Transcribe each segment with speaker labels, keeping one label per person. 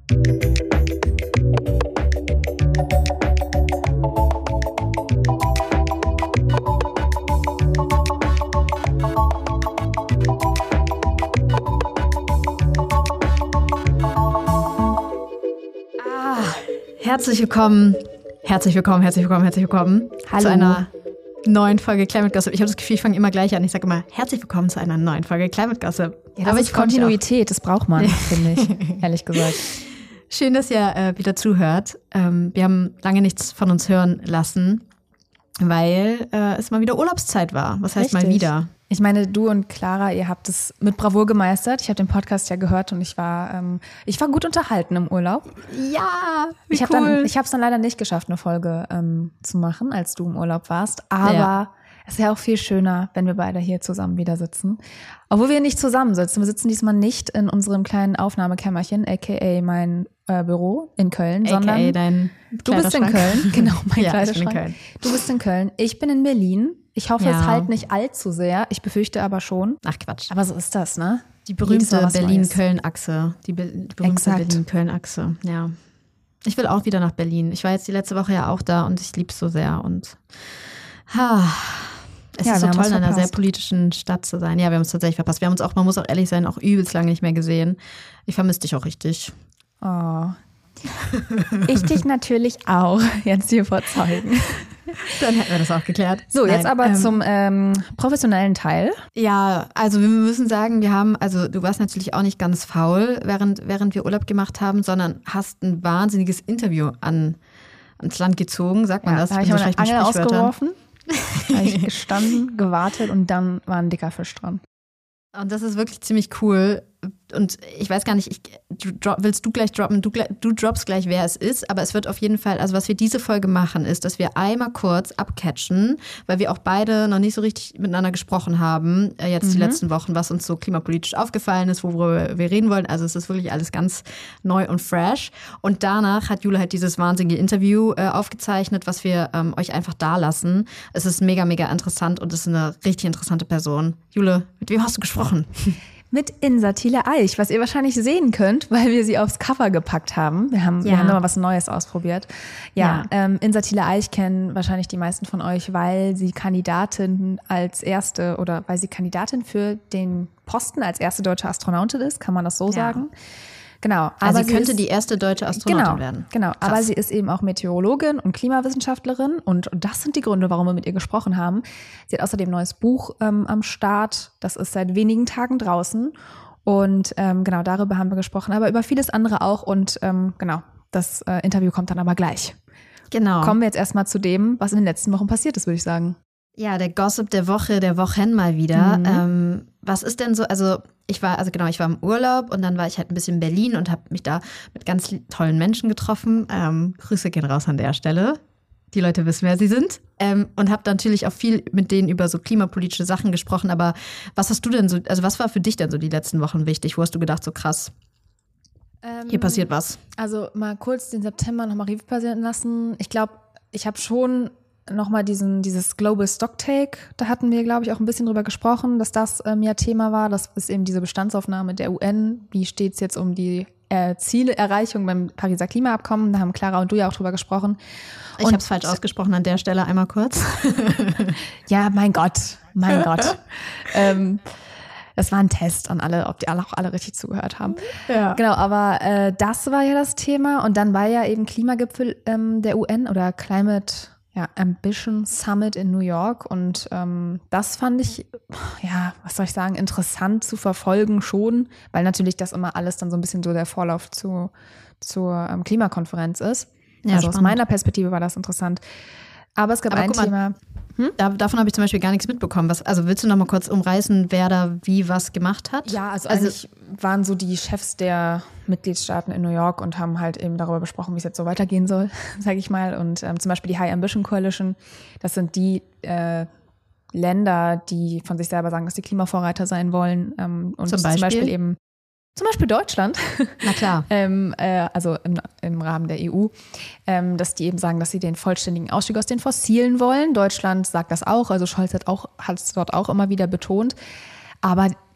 Speaker 1: Herzlich willkommen
Speaker 2: Hallo.
Speaker 1: Zu einer neuen Folge Climate Gossip. Ich habe das Gefühl, ich fange immer gleich an. Ich sage immer, herzlich willkommen zu einer neuen Folge Climate Gossip.
Speaker 2: Ja, das ist Kontinuität, das braucht man, finde ich, ehrlich gesagt.
Speaker 1: Schön, dass ihr wieder zuhört. Wir haben lange nichts von uns hören lassen, weil es mal wieder Urlaubszeit war. Was heißt mal wieder?
Speaker 2: Ich meine, du und Clara, ihr habt es mit Bravour gemeistert. Ich habe den Podcast ja gehört und ich war gut unterhalten im Urlaub.
Speaker 1: Ja,
Speaker 2: ich habe es dann leider nicht geschafft, eine Folge zu machen, als du im Urlaub warst. Aber es ist ja auch viel schöner, wenn wir beide hier zusammen wieder sitzen. Obwohl wir nicht zusammensitzen. Wir sitzen diesmal nicht in unserem kleinen Aufnahmekämmerchen, a.k.a. mein Büro in Köln, sondern
Speaker 1: dein
Speaker 2: du bist in Köln. Genau, mein Kleiderschrank.
Speaker 1: Ich bin in Köln.
Speaker 2: Du bist in Köln. Ich bin in Berlin. Ich hoffe, es halt nicht allzu sehr. Ich befürchte aber schon.
Speaker 1: Ach Quatsch.
Speaker 2: Aber so ist das, ne?
Speaker 1: Die berühmte Berlin-Köln-Achse. Die berühmte Berlin-Köln-Achse, ja. Ich will auch wieder nach Berlin. Ich war jetzt die letzte Woche ja auch da und ich liebe es so sehr. Und es ist so toll, in einer sehr politischen Stadt zu sein. Ja, wir haben es tatsächlich verpasst. Wir haben uns auch, man muss auch ehrlich sein, auch übelst lange nicht mehr gesehen. Ich vermisse dich auch richtig.
Speaker 2: Oh. Ich dich natürlich auch, jetzt hier vor Zeugen.
Speaker 1: Dann hätten wir das auch geklärt.
Speaker 2: So, jetzt aber zum professionellen Teil.
Speaker 1: Ja, also wir müssen sagen, du warst natürlich auch nicht ganz faul, während wir Urlaub gemacht haben, sondern hast ein wahnsinniges Interview ans Land gezogen, sagt man das?
Speaker 2: Da habe ich meine Angel ausgeworfen, habe ich gestanden, gewartet und dann war ein dicker Fisch dran.
Speaker 1: Und das ist wirklich ziemlich cool. Und ich weiß gar nicht, willst du gleich droppen? Du droppst gleich, wer es ist. Aber es wird auf jeden Fall, also was wir diese Folge machen, ist, dass wir einmal kurz abcatchen, weil wir auch beide noch nicht so richtig miteinander gesprochen haben, jetzt die letzten Wochen, was uns so klimapolitisch aufgefallen ist, worüber wir reden wollen. Also es ist wirklich alles ganz neu und fresh. Und danach hat Jule halt dieses wahnsinnige Interview aufgezeichnet, was wir euch einfach da lassen. Es ist mega, mega interessant und es ist eine richtig interessante Person. Jule, mit wem hast du gesprochen?
Speaker 2: Mit Insa Thiele-Eich, was ihr wahrscheinlich sehen könnt, weil wir sie aufs Cover gepackt haben. Wir haben immer was Neues ausprobiert. Insa Thiele-Eich kennen wahrscheinlich die meisten von euch, weil sie Kandidatin für den Posten als erste deutsche Astronautin ist, kann man das so sagen? Genau.
Speaker 1: Also sie könnte die erste deutsche Astronautin werden.
Speaker 2: Genau, krass. Aber sie ist eben auch Meteorologin und Klimawissenschaftlerin und das sind die Gründe, warum wir mit ihr gesprochen haben. Sie hat außerdem ein neues Buch am Start, das ist seit wenigen Tagen draußen und darüber haben wir gesprochen, aber über vieles andere auch und das Interview kommt dann aber gleich.
Speaker 1: Genau.
Speaker 2: Kommen wir jetzt erstmal zu dem, was in den letzten Wochen passiert ist, würde ich sagen.
Speaker 1: Ja, der Gossip der Woche, der Wochen mal wieder. Was ist denn so, ich war im Urlaub und dann war ich halt ein bisschen in Berlin und habe mich da mit ganz tollen Menschen getroffen. Grüße gehen raus an der Stelle. Die Leute wissen, wer sie sind. Und habe natürlich auch viel mit denen über so klimapolitische Sachen gesprochen. Aber was hast du denn so, also was war für dich denn so die letzten Wochen wichtig? Wo hast du gedacht, so krass, hier passiert was? Also
Speaker 2: mal kurz den September nochmal Revue passieren lassen. Ich glaube, ich habe schon nochmal dieses Global Stocktake, da hatten wir, glaube ich, auch ein bisschen drüber gesprochen, dass das Thema war. Das ist eben diese Bestandsaufnahme der UN. Wie steht es jetzt um die Zielerreichung beim Pariser Klimaabkommen? Da haben Clara und du ja auch drüber gesprochen.
Speaker 1: Ich habe es falsch ausgesprochen an der Stelle, einmal kurz.
Speaker 2: Ja, mein Gott. Das war ein Test an alle, ob die auch alle richtig zugehört haben. Ja. Genau, aber das war ja das Thema. Und dann war ja eben Klimagipfel der UN oder Climate Ambition Summit in New York und das fand ich, was soll ich sagen, interessant zu verfolgen schon, weil natürlich das immer alles dann so ein bisschen so der Vorlauf zur Klimakonferenz ist. Ja, also spannend. Aus meiner Perspektive war das interessant. Aber es gab ein Thema.
Speaker 1: Davon habe ich zum Beispiel gar nichts mitbekommen. Willst du noch mal kurz umreißen, wer da wie was gemacht hat?
Speaker 2: Ja, also eigentlich waren so die Chefs der Mitgliedstaaten in New York und haben halt eben darüber besprochen, wie es jetzt so weitergehen soll, sage ich mal. Und zum Beispiel die High Ambition Coalition, das sind die Länder, die von sich selber sagen, dass sie Klimavorreiter sein wollen. Und zum Beispiel eben zum Beispiel Deutschland,
Speaker 1: na klar,
Speaker 2: also im Rahmen der EU, dass die eben sagen, dass sie den vollständigen Ausstieg aus den Fossilen wollen. Deutschland sagt das auch, also Scholz hat es dort auch immer wieder betont. Aber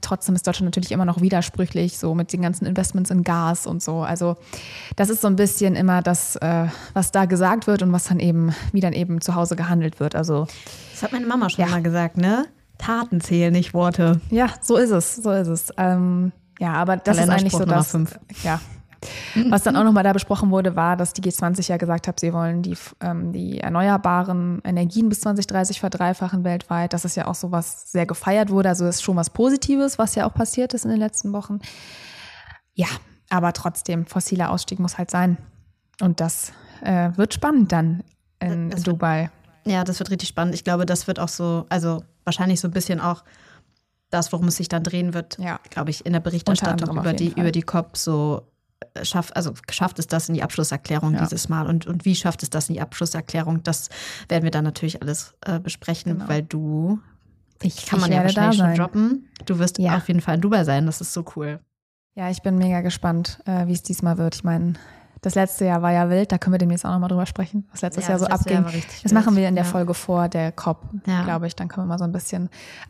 Speaker 2: trotzdem ist Deutschland natürlich immer noch widersprüchlich, so mit den ganzen Investments in Gas und so. Also das ist so ein bisschen immer das, was da gesagt wird und was dann eben, wie dann eben zu Hause gehandelt wird. Also
Speaker 1: das hat meine Mama schon mal gesagt, ne? Taten zählen, nicht Worte.
Speaker 2: Ja, so ist es. Ja, aber das ist eigentlich so das. Ja. Was dann auch nochmal da besprochen wurde, war, dass die G20 ja gesagt hat, sie wollen die erneuerbaren Energien bis 2030 verdreifachen weltweit. Das ist ja auch so, was sehr gefeiert wurde. Also das ist schon was Positives, was ja auch passiert ist in den letzten Wochen. Ja, aber trotzdem, fossiler Ausstieg muss halt sein. Und das wird spannend dann in Dubai.
Speaker 1: Ja, das wird richtig spannend. Ich glaube, das wird auch so, also wahrscheinlich so ein bisschen auch das, worum es sich dann drehen wird, glaube ich, in der Berichterstattung über die COP so schafft es das in die Abschlusserklärung dieses Mal und wie schafft es das in die Abschlusserklärung? Das werden wir dann natürlich alles besprechen, weil kann man ja wahrscheinlich schon droppen. Du wirst auf jeden Fall in Dubai sein, das ist so cool.
Speaker 2: Ja, ich bin mega gespannt, wie es diesmal wird. Ich meine, das letzte Jahr war ja wild, da können wir demnächst auch nochmal drüber sprechen, was letztes Jahr so abging. Das machen wir in der Folge vor der COP, glaube ich. Dann können wir mal so ein bisschen,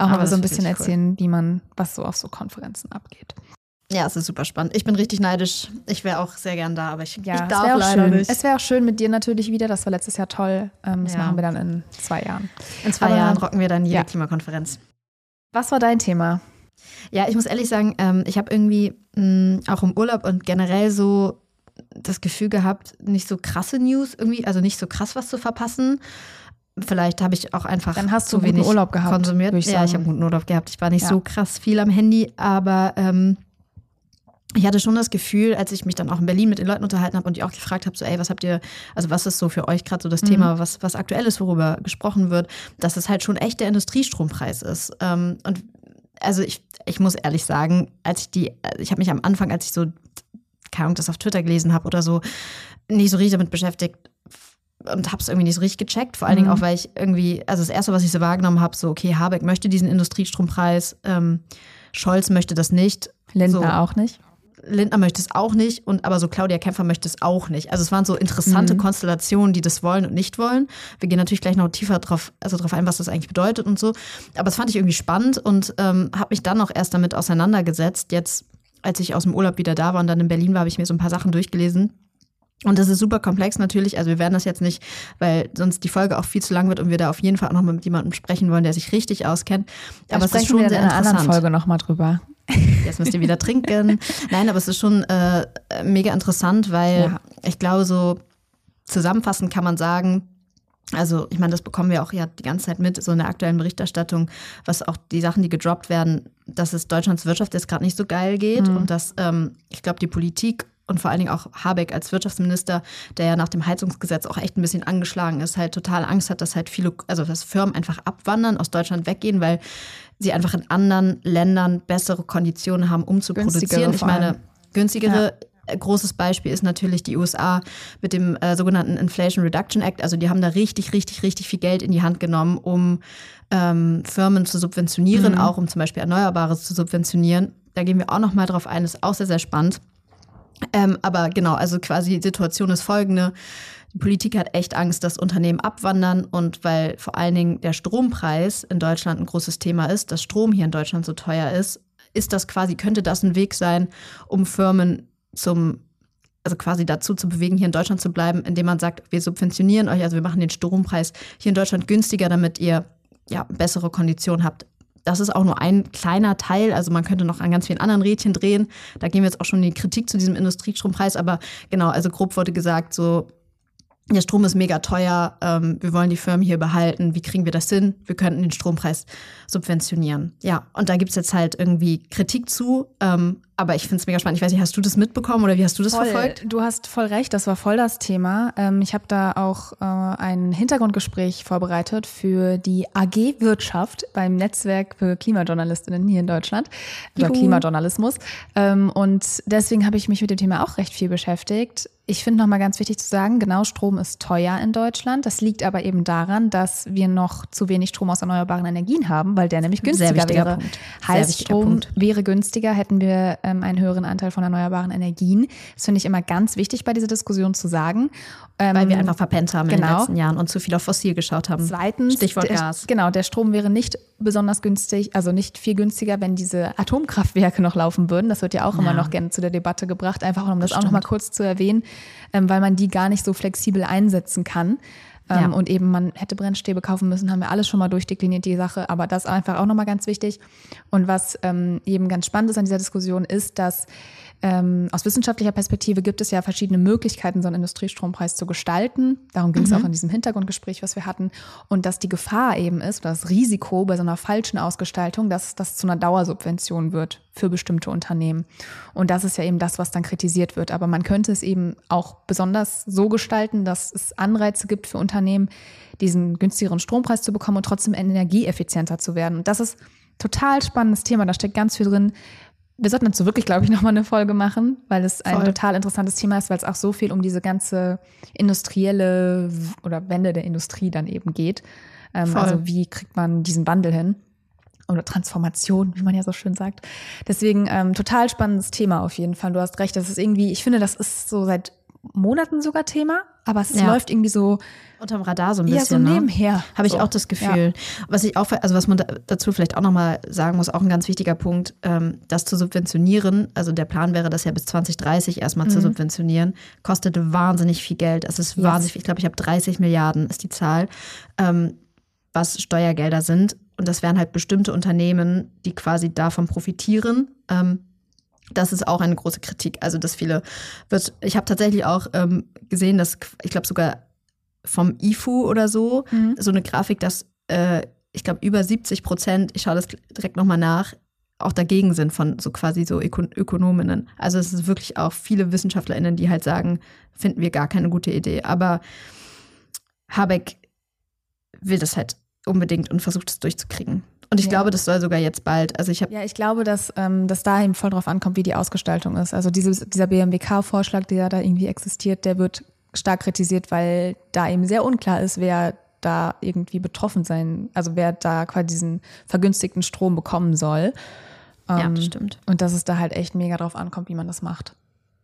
Speaker 2: erzählen, was so auf so Konferenzen abgeht.
Speaker 1: Ja, es ist super spannend. Ich bin richtig neidisch. Ich wäre auch sehr gern da, aber ich darf leider nicht.
Speaker 2: Es wäre auch schön mit dir natürlich wieder. Das war letztes Jahr toll. Das machen wir dann in 2 Jahren.
Speaker 1: In 2 Jahren rocken wir dann jede Klimakonferenz.
Speaker 2: Was war dein Thema?
Speaker 1: Ja, ich muss ehrlich sagen, ich habe irgendwie auch im Urlaub und generell so das Gefühl gehabt, nicht so krasse News irgendwie, also nicht so krass was zu verpassen. Vielleicht habe ich auch einfach zu wenig
Speaker 2: Urlaub gehabt,
Speaker 1: konsumiert. Ich habe einen guten Urlaub gehabt. Ich war nicht so krass viel am Handy, aber ich hatte schon das Gefühl, als ich mich dann auch in Berlin mit den Leuten unterhalten habe und die auch gefragt habe, so was habt ihr, also was ist so für euch gerade so das Thema, was aktuell ist, worüber gesprochen wird, dass es halt schon echt der Industriestrompreis ist. Und also ich muss ehrlich sagen, ich habe mich am Anfang, als ich so, keine Ahnung, das auf Twitter gelesen habe oder so, nicht so richtig damit beschäftigt und habe es irgendwie nicht so richtig gecheckt. Vor allen Dingen auch, weil ich irgendwie, also das Erste, was ich so wahrgenommen habe, so okay, Habeck möchte diesen Industriestrompreis, Scholz möchte das nicht.
Speaker 2: Lindner auch nicht.
Speaker 1: Lindner möchte es auch nicht, aber so Claudia Kämpfer möchte es auch nicht. Also es waren so interessante Konstellationen, die das wollen und nicht wollen. Wir gehen natürlich gleich noch tiefer drauf ein, was das eigentlich bedeutet und so. Aber das fand ich irgendwie spannend und habe mich dann auch erst damit auseinandergesetzt. Jetzt, als ich aus dem Urlaub wieder da war und dann in Berlin war, habe ich mir so ein paar Sachen durchgelesen. Und das ist super komplex natürlich. Also wir werden das jetzt nicht, weil sonst die Folge auch viel zu lang wird und wir da auf jeden Fall auch nochmal mit jemandem sprechen wollen, der sich richtig auskennt. Aber es ist schon sehr interessant.
Speaker 2: In einer anderen Folge nochmal drüber.
Speaker 1: Jetzt müsst ihr wieder trinken. Nein, aber es ist schon mega interessant, weil ich glaube, so zusammenfassend kann man sagen, also ich meine, das bekommen wir auch ja die ganze Zeit mit, so in der aktuellen Berichterstattung, was auch die Sachen, die gedroppt werden, dass es Deutschlands Wirtschaft jetzt gerade nicht so geil geht und dass ich glaube, die Politik und vor allen Dingen auch Habeck als Wirtschaftsminister, der ja nach dem Heizungsgesetz auch echt ein bisschen angeschlagen ist, halt total Angst hat, dass halt dass Firmen einfach abwandern, aus Deutschland weggehen, weil sie einfach in anderen Ländern bessere Konditionen haben, um zu produzieren. Ich meine, günstigere. Großes Beispiel ist natürlich die USA mit dem sogenannten Inflation Reduction Act. Also die haben da richtig, richtig, richtig viel Geld in die Hand genommen, um Firmen zu subventionieren, auch um zum Beispiel Erneuerbares zu subventionieren. Da gehen wir auch noch mal drauf ein, ist auch sehr, sehr spannend. Aber genau, also quasi die Situation ist folgende. Die Politik hat echt Angst, dass Unternehmen abwandern und weil vor allen Dingen der Strompreis in Deutschland ein großes Thema ist, dass Strom hier in Deutschland so teuer ist, könnte das ein Weg sein, um Firmen quasi dazu zu bewegen, hier in Deutschland zu bleiben, indem man sagt, wir subventionieren euch, also wir machen den Strompreis hier in Deutschland günstiger, damit ihr bessere Konditionen habt. Das ist auch nur ein kleiner Teil, also man könnte noch an ganz vielen anderen Rädchen drehen. Da gehen wir jetzt auch schon in die Kritik zu diesem Industriestrompreis, aber genau, also grob wurde gesagt, so der Strom ist mega teuer, wir wollen die Firmen hier behalten, wie kriegen wir das hin? Wir könnten den Strompreis subventionieren. Ja, und da gibt es jetzt halt irgendwie Kritik zu, aber ich finde es mega spannend. Ich weiß nicht, hast du das mitbekommen oder wie hast du das verfolgt?
Speaker 2: Du hast voll recht, das war voll das Thema. Ich habe da auch ein Hintergrundgespräch vorbereitet für die AG Wirtschaft beim Netzwerk für Klimajournalistinnen hier in Deutschland, oder Klimajournalismus. Und deswegen habe ich mich mit dem Thema auch recht viel beschäftigt. Ich finde nochmal ganz wichtig zu sagen, genau, Strom ist teuer in Deutschland. Das liegt aber eben daran, dass wir noch zu wenig Strom aus erneuerbaren Energien haben, weil der nämlich günstiger wäre. Heißt, Strom wäre günstiger, hätten wir einen höheren Anteil von erneuerbaren Energien. Das finde ich immer ganz wichtig bei dieser Diskussion zu sagen.
Speaker 1: Weil wir einfach verpennt haben in den letzten Jahren und zu viel auf Fossil geschaut haben.
Speaker 2: Zweitens,
Speaker 1: Stichwort Gas.
Speaker 2: Genau, der Strom wäre nicht besonders günstig, also nicht viel günstiger, wenn diese Atomkraftwerke noch laufen würden. Das wird ja auch immer noch gerne zu der Debatte gebracht, einfach um das auch noch mal kurz zu erwähnen, weil man die gar nicht so flexibel einsetzen kann. Und eben man hätte Brennstäbe kaufen müssen, haben wir alles schon mal durchdekliniert, die Sache. Aber das ist einfach auch nochmal ganz wichtig. Und was eben ganz spannend ist an dieser Diskussion ist, dass aus wissenschaftlicher Perspektive gibt es ja verschiedene Möglichkeiten, so einen Industriestrompreis zu gestalten. Darum ging es auch in diesem Hintergrundgespräch, was wir hatten. Und dass die Gefahr eben ist, oder das Risiko bei so einer falschen Ausgestaltung, dass das zu einer Dauersubvention wird für bestimmte Unternehmen. Und das ist ja eben das, was dann kritisiert wird. Aber man könnte es eben auch besonders so gestalten, dass es Anreize gibt für Unternehmen, diesen günstigeren Strompreis zu bekommen und trotzdem energieeffizienter zu werden. Und das ist total spannendes Thema. Da steckt ganz viel drin. Wir sollten dazu wirklich, glaube ich, nochmal eine Folge machen, weil es ein total interessantes Thema ist, weil es auch so viel um diese ganze industrielle oder Wende der Industrie dann eben geht. Also wie kriegt man diesen Wandel hin? Oder Transformation, wie man ja so schön sagt. Deswegen total spannendes Thema auf jeden Fall. Du hast recht, das ist irgendwie, ich finde, das ist so seit Monaten sogar Thema, aber es läuft irgendwie so
Speaker 1: unterm Radar so ein bisschen.
Speaker 2: Ja, so nebenher.
Speaker 1: Habe ich auch das Gefühl. Ja. Was man dazu vielleicht auch nochmal sagen muss, auch ein ganz wichtiger Punkt, das zu subventionieren, also der Plan wäre, das ja bis 2030 erstmal zu subventionieren, kostet wahnsinnig viel Geld. Es ist wahnsinnig viel, ich glaube, ich habe 30 Milliarden ist die Zahl, was Steuergelder sind. Und das wären halt bestimmte Unternehmen, die quasi davon profitieren. Das ist auch eine große Kritik. Also, dass ich habe tatsächlich auch gesehen, dass, ich glaube sogar vom IFU oder so, so eine Grafik, dass ich glaube über 70%, ich schaue das direkt nochmal nach, auch dagegen sind von so quasi so Ökonominnen. Also es ist wirklich auch viele WissenschaftlerInnen, die halt sagen, finden wir gar keine gute Idee. Aber Habeck will das halt unbedingt und versucht es durchzukriegen. Und ich glaube, das soll sogar jetzt bald. Also ich
Speaker 2: glaube, dass da eben voll drauf ankommt, wie die Ausgestaltung ist. Also dieser BMWK-Vorschlag, der da irgendwie existiert, der wird stark kritisiert, weil da eben sehr unklar ist, wer da irgendwie betroffen sein, also wer da quasi diesen vergünstigten Strom bekommen soll.
Speaker 1: Ja, das stimmt.
Speaker 2: Und dass es da halt echt mega drauf ankommt, wie man das macht.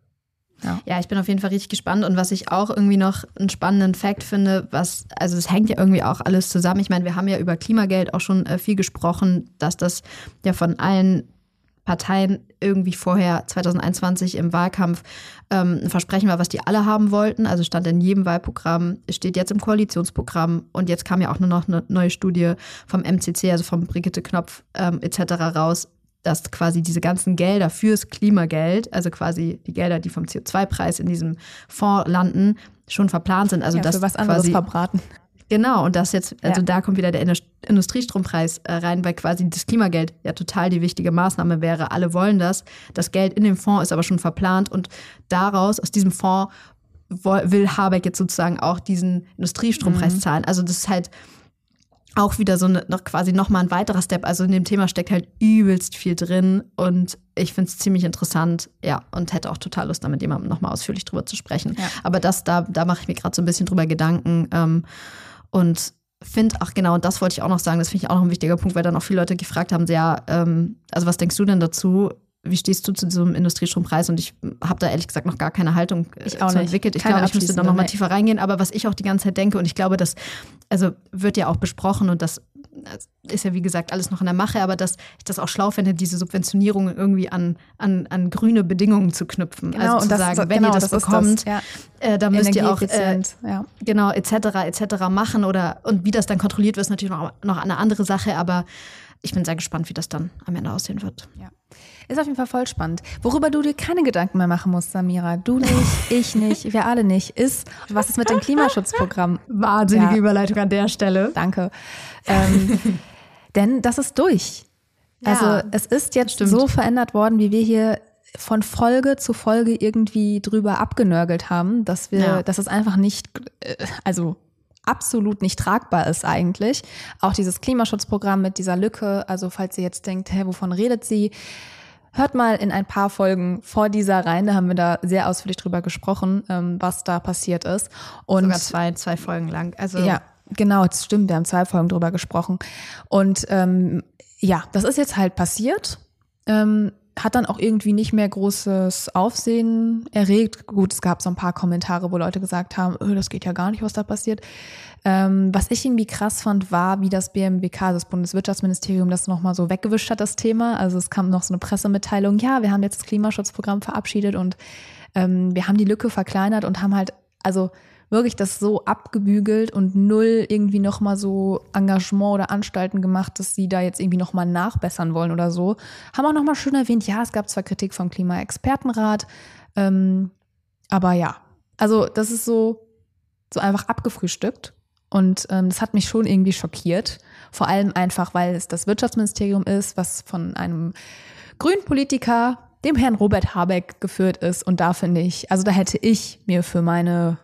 Speaker 1: Ja, ich bin auf jeden Fall richtig gespannt. Und was ich auch irgendwie noch einen spannenden Fact finde, also es hängt ja irgendwie auch alles zusammen. Ich meine, wir haben ja über Klimageld auch schon viel gesprochen, dass das ja von allen Parteien irgendwie vorher 2021 im Wahlkampf ein Versprechen war, was die alle haben wollten. Also stand in jedem Wahlprogramm, steht jetzt im Koalitionsprogramm. Und jetzt kam ja auch nur noch eine neue Studie vom MCC, also von Brigitte Knopf etc. raus, dass quasi diese ganzen Gelder fürs Klimageld, also quasi die Gelder, die vom CO2-Preis in diesem Fonds landen, schon verplant sind. Also
Speaker 2: ja,
Speaker 1: das
Speaker 2: für was anderes verbraten.
Speaker 1: Genau, und das jetzt, also da kommt wieder der Industriestrompreis rein, weil quasi das Klimageld ja total die wichtige Maßnahme wäre. Alle wollen das. Das Geld in dem Fonds ist aber schon verplant und aus diesem Fonds will Habeck jetzt sozusagen auch diesen Industriestrompreis zahlen. Also das ist halt auch wieder so quasi nochmal ein weiterer Step. Also in dem Thema steckt halt übelst viel drin und ich finde es ziemlich interessant, ja, und hätte auch total Lust, da mit jemandem nochmal ausführlich drüber zu sprechen. Ja. Aber da mache ich mir gerade so ein bisschen drüber Gedanken und finde auch genau, und das wollte ich auch noch sagen, das finde ich auch noch ein wichtiger Punkt, weil dann auch viele Leute gefragt haben, also was denkst du denn dazu? Wie stehst du zu diesem Industriestrompreis? Und ich habe da ehrlich gesagt noch gar keine Haltung entwickelt. Ich glaube, ich müsste da noch mal tiefer reingehen. Aber was ich auch die ganze Zeit denke, und ich glaube, das wird ja auch besprochen und das ist ja wie gesagt alles noch in der Mache, aber dass ich das auch schlau finde, diese Subventionierung irgendwie an grüne Bedingungen zu knüpfen.
Speaker 2: Genau,
Speaker 1: also zu sagen, wenn ihr das bekommt, dann müsst ihr auch genau etc. machen und wie das dann kontrolliert wird, ist natürlich noch eine andere Sache, aber ich bin sehr gespannt, wie das dann am Ende aussehen wird.
Speaker 2: Ja. Ist auf jeden Fall voll spannend. Worüber du dir keine Gedanken mehr machen musst, Samira, du nicht, ich nicht, wir alle nicht, ist, was ist mit dem Klimaschutzprogramm?
Speaker 1: Wahnsinnige Überleitung an der Stelle.
Speaker 2: Danke. Denn das ist durch. Ja, also es ist jetzt so verändert worden, wie wir hier von Folge zu Folge irgendwie drüber abgenörgelt haben, dass es einfach nicht, absolut nicht tragbar ist eigentlich. Auch dieses Klimaschutzprogramm mit dieser Lücke, also falls ihr jetzt denkt, wovon redet sie? Hört mal in ein paar Folgen vor dieser rein, da haben wir da sehr ausführlich drüber gesprochen, was da passiert ist. Und
Speaker 1: sogar zwei Folgen lang. Also
Speaker 2: ja, genau, das stimmt, wir haben 2 Folgen drüber gesprochen. Und das ist jetzt halt passiert. hat dann auch irgendwie nicht mehr großes Aufsehen erregt. Gut, es gab so ein paar Kommentare, wo Leute gesagt haben, das geht ja gar nicht, was da passiert. Was ich irgendwie krass fand, war, wie das BMWK, das Bundeswirtschaftsministerium, das nochmal so weggewischt hat, das Thema. Also es kam noch so eine Pressemitteilung, ja, wir haben jetzt das Klimaschutzprogramm verabschiedet und wir haben die Lücke verkleinert und haben halt, also wirklich das so abgebügelt und null irgendwie nochmal so Engagement oder Anstalten gemacht, dass sie da jetzt irgendwie nochmal nachbessern wollen oder so. Haben auch nochmal schön erwähnt, ja, es gab zwar Kritik vom Klimaexpertenrat, aber ja, also das ist so einfach abgefrühstückt und das hat mich schon irgendwie schockiert. Vor allem einfach, weil es das Wirtschaftsministerium ist, was von einem grünen Politiker, dem Herrn Robert Habeck, geführt ist und da finde ich, also da hätte ich mir für meine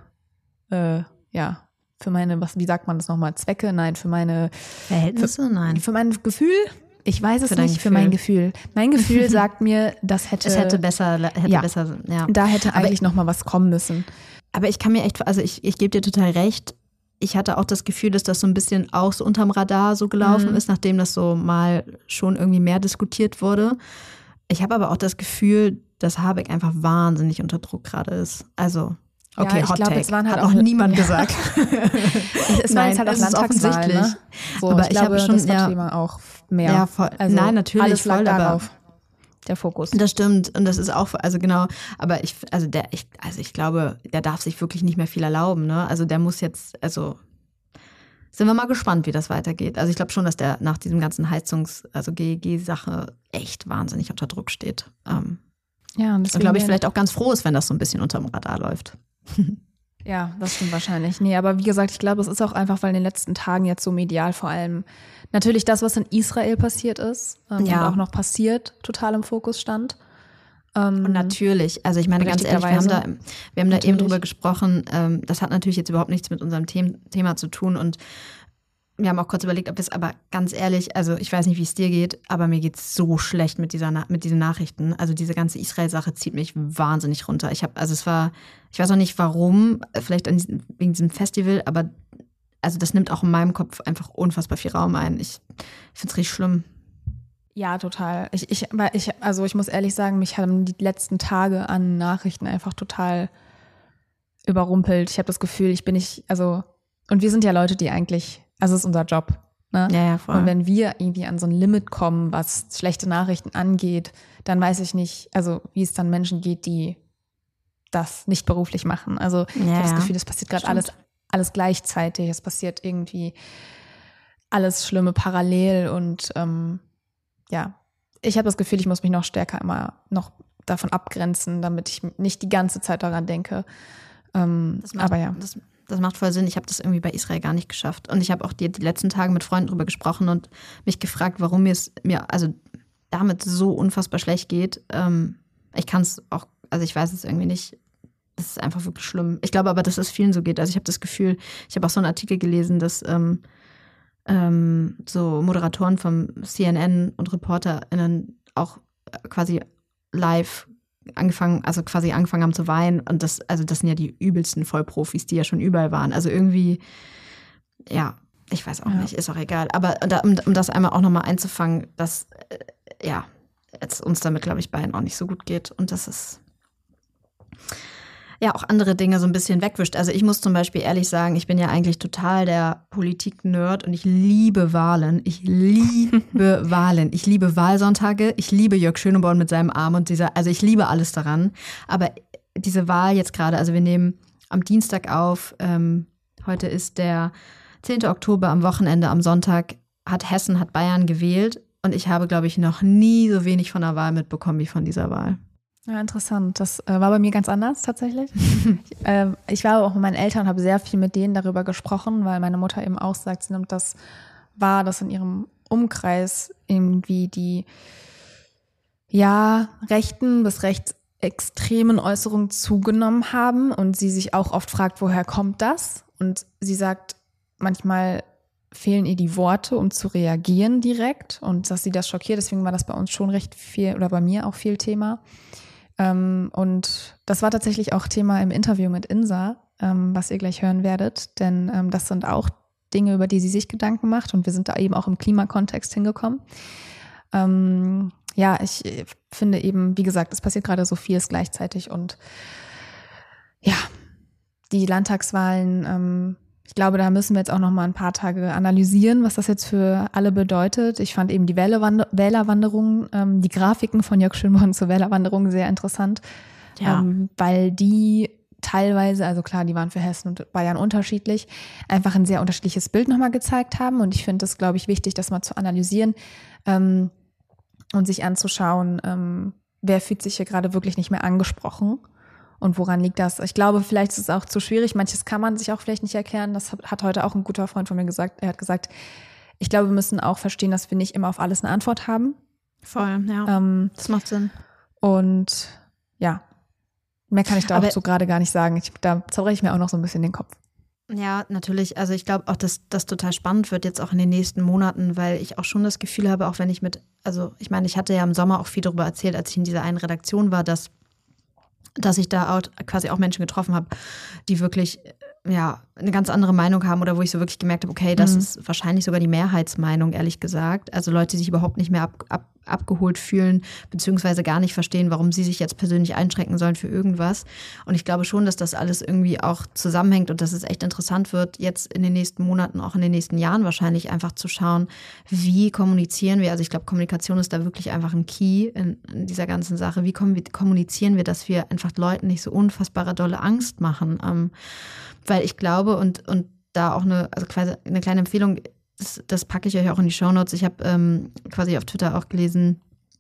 Speaker 2: wie sagt man das nochmal, Zwecke? Nein, für meine
Speaker 1: Verhältnisse? Nein.
Speaker 2: Für mein Gefühl? Ich weiß es nicht, für mein Gefühl. Mein Gefühl sagt mir, das hätte...
Speaker 1: Es hätte besser, ja.
Speaker 2: Da hätte eigentlich nochmal was kommen müssen.
Speaker 1: Aber ich kann mir echt, also ich gebe dir total recht, ich hatte auch das Gefühl, dass das so ein bisschen auch so unterm Radar so gelaufen ist, nachdem das so mal schon irgendwie mehr diskutiert wurde. Ich habe aber auch das Gefühl, dass Habeck einfach wahnsinnig unter Druck gerade ist. Also... Okay,
Speaker 2: ja, ich glaube, es waren halt
Speaker 1: hat auch niemand gesagt.
Speaker 2: Es war jetzt halt auch Landtagswahl, ne? So,
Speaker 1: aber
Speaker 2: ich glaube,
Speaker 1: schon,
Speaker 2: das war Thema auch mehr.
Speaker 1: Ja, voll. Also nein, natürlich
Speaker 2: alles lag
Speaker 1: voll
Speaker 2: darauf. Der Fokus.
Speaker 1: Das stimmt und das ist auch, also genau, aber ich glaube, der darf sich wirklich nicht mehr viel erlauben, ne? Also der muss jetzt, also sind wir mal gespannt, wie das weitergeht. Also ich glaube schon, dass der nach diesem ganzen GEG-Sache echt wahnsinnig unter Druck steht.
Speaker 2: Ja, und
Speaker 1: glaube ich vielleicht auch ganz froh ist, wenn das so ein bisschen unterm Radar läuft.
Speaker 2: Ja, das stimmt wahrscheinlich. Nee, aber wie gesagt, ich glaube, es ist auch einfach, weil in den letzten Tagen jetzt so medial vor allem natürlich das, was in Israel passiert ist und auch noch passiert, total im Fokus stand.
Speaker 1: Und natürlich, also ich meine ganz ehrlich, wir haben da eben drüber gesprochen, das hat natürlich jetzt überhaupt nichts mit unserem Thema zu tun und wir haben auch kurz überlegt, ob wir es, aber ganz ehrlich, also ich weiß nicht, wie es dir geht, aber mir geht es so schlecht mit diesen Nachrichten. Also diese ganze Israel-Sache zieht mich wahnsinnig runter. Ich weiß auch nicht warum, vielleicht wegen diesem Festival, aber also das nimmt auch in meinem Kopf einfach unfassbar viel Raum ein. Ich finde es richtig schlimm.
Speaker 2: Ja, total. Ich muss ehrlich sagen, mich haben die letzten Tage an Nachrichten einfach total überrumpelt. Ich habe das Gefühl, und wir sind ja Leute, die eigentlich, also es ist unser Job, ne?
Speaker 1: Ja, voll.
Speaker 2: Und wenn wir irgendwie an so ein Limit kommen, was schlechte Nachrichten angeht, dann weiß ich nicht, also wie es dann Menschen geht, die das nicht beruflich machen. Also ich habe das Gefühl, es passiert gerade alles gleichzeitig. Es passiert irgendwie alles Schlimme parallel und ich habe das Gefühl, ich muss mich noch stärker immer noch davon abgrenzen, damit ich nicht die ganze Zeit daran denke.
Speaker 1: Das macht voll Sinn. Ich habe das irgendwie bei Israel gar nicht geschafft. Und ich habe auch die letzten Tage mit Freunden drüber gesprochen und mich gefragt, warum mir also damit so unfassbar schlecht geht. Ich kann es auch, also ich weiß es irgendwie nicht. Das ist einfach wirklich schlimm. Ich glaube aber, dass es vielen so geht. Also ich habe das Gefühl, ich habe auch so einen Artikel gelesen, dass so Moderatoren vom CNN und ReporterInnen auch quasi live angefangen haben zu weinen. Und das sind ja die übelsten Vollprofis, die ja schon überall waren. Also irgendwie, ja, ich weiß auch nicht, ist auch egal. Aber um das einmal auch nochmal einzufangen, dass jetzt uns damit, glaube ich, beiden auch nicht so gut geht. Und das ist ja auch andere Dinge so ein bisschen wegwischt. Also ich muss zum Beispiel ehrlich sagen, ich bin ja eigentlich total der Politik-Nerd und ich liebe Wahlen. Ich liebe Wahlen. Ich liebe Wahlsonntage. Ich liebe Jörg Schöneborn mit seinem Arm und also ich liebe alles daran. Aber diese Wahl jetzt gerade, also wir nehmen am Dienstag auf, heute ist der 10. Oktober, am Wochenende, am Sonntag hat Bayern gewählt und ich habe, glaube ich, noch nie so wenig von der Wahl mitbekommen wie von dieser Wahl.
Speaker 2: Ja, interessant. Das war bei mir ganz anders tatsächlich. Ich war auch mit meinen Eltern und habe sehr viel mit denen darüber gesprochen, weil meine Mutter eben auch sagt, sie nimmt das wahr, dass in ihrem Umkreis irgendwie die rechten bis rechtsextremen Äußerungen zugenommen haben und sie sich auch oft fragt, woher kommt das? Und sie sagt, manchmal fehlen ihr die Worte, um zu reagieren direkt und dass sie das schockiert. Deswegen war das bei uns schon recht viel oder bei mir auch viel Thema. Und das war tatsächlich auch Thema im Interview mit Insa, was ihr gleich hören werdet, denn das sind auch Dinge, über die sie sich Gedanken macht und wir sind da eben auch im Klimakontext hingekommen. ja, ich finde eben, wie gesagt, es passiert gerade so vieles gleichzeitig und ja, die Landtagswahlen, ich glaube, da müssen wir jetzt auch noch mal ein paar Tage analysieren, was das jetzt für alle bedeutet. Ich fand eben die Wählerwanderung, die Grafiken von Jörg Schönborn zur Wählerwanderung sehr interessant, weil die teilweise, also klar, die waren für Hessen und Bayern unterschiedlich, einfach ein sehr unterschiedliches Bild nochmal gezeigt haben. Und ich finde es, glaube ich, wichtig, das mal zu analysieren und sich anzuschauen, wer fühlt sich hier gerade wirklich nicht mehr angesprochen. Und woran liegt das? Ich glaube, vielleicht ist es auch zu schwierig. Manches kann man sich auch vielleicht nicht erklären. Das hat heute auch ein guter Freund von mir gesagt. Er hat gesagt, ich glaube, wir müssen auch verstehen, dass wir nicht immer auf alles eine Antwort haben.
Speaker 1: Voll, ja. Das macht Sinn.
Speaker 2: Und ja, mehr kann ich da auch so gerade gar nicht sagen. Da zerbreche ich mir auch noch so ein bisschen den Kopf.
Speaker 1: Ja, natürlich. Also ich glaube auch, dass das total spannend wird jetzt auch in den nächsten Monaten, weil ich auch schon das Gefühl habe, auch wenn ich ich meine, ich hatte ja im Sommer auch viel darüber erzählt, als ich in dieser einen Redaktion war, dass ich da quasi auch Menschen getroffen habe, die wirklich eine ganz andere Meinung haben oder wo ich so wirklich gemerkt habe, okay, das ist wahrscheinlich sogar die Mehrheitsmeinung, ehrlich gesagt. Also Leute, die sich überhaupt nicht mehr abgeholt fühlen, beziehungsweise gar nicht verstehen, warum sie sich jetzt persönlich einschränken sollen für irgendwas. Und ich glaube schon, dass das alles irgendwie auch zusammenhängt und dass es echt interessant wird, jetzt in den nächsten Monaten, auch in den nächsten Jahren wahrscheinlich einfach zu schauen, wie kommunizieren wir. Also ich glaube, Kommunikation ist da wirklich einfach ein Key in dieser ganzen Sache. Wie kommunizieren wir, dass wir einfach Leuten nicht so unfassbare dolle Angst machen? Weil ich glaube, und da auch quasi eine kleine Empfehlung, das packe ich euch auch in die Shownotes. Ich habe quasi auf Twitter auch gelesen,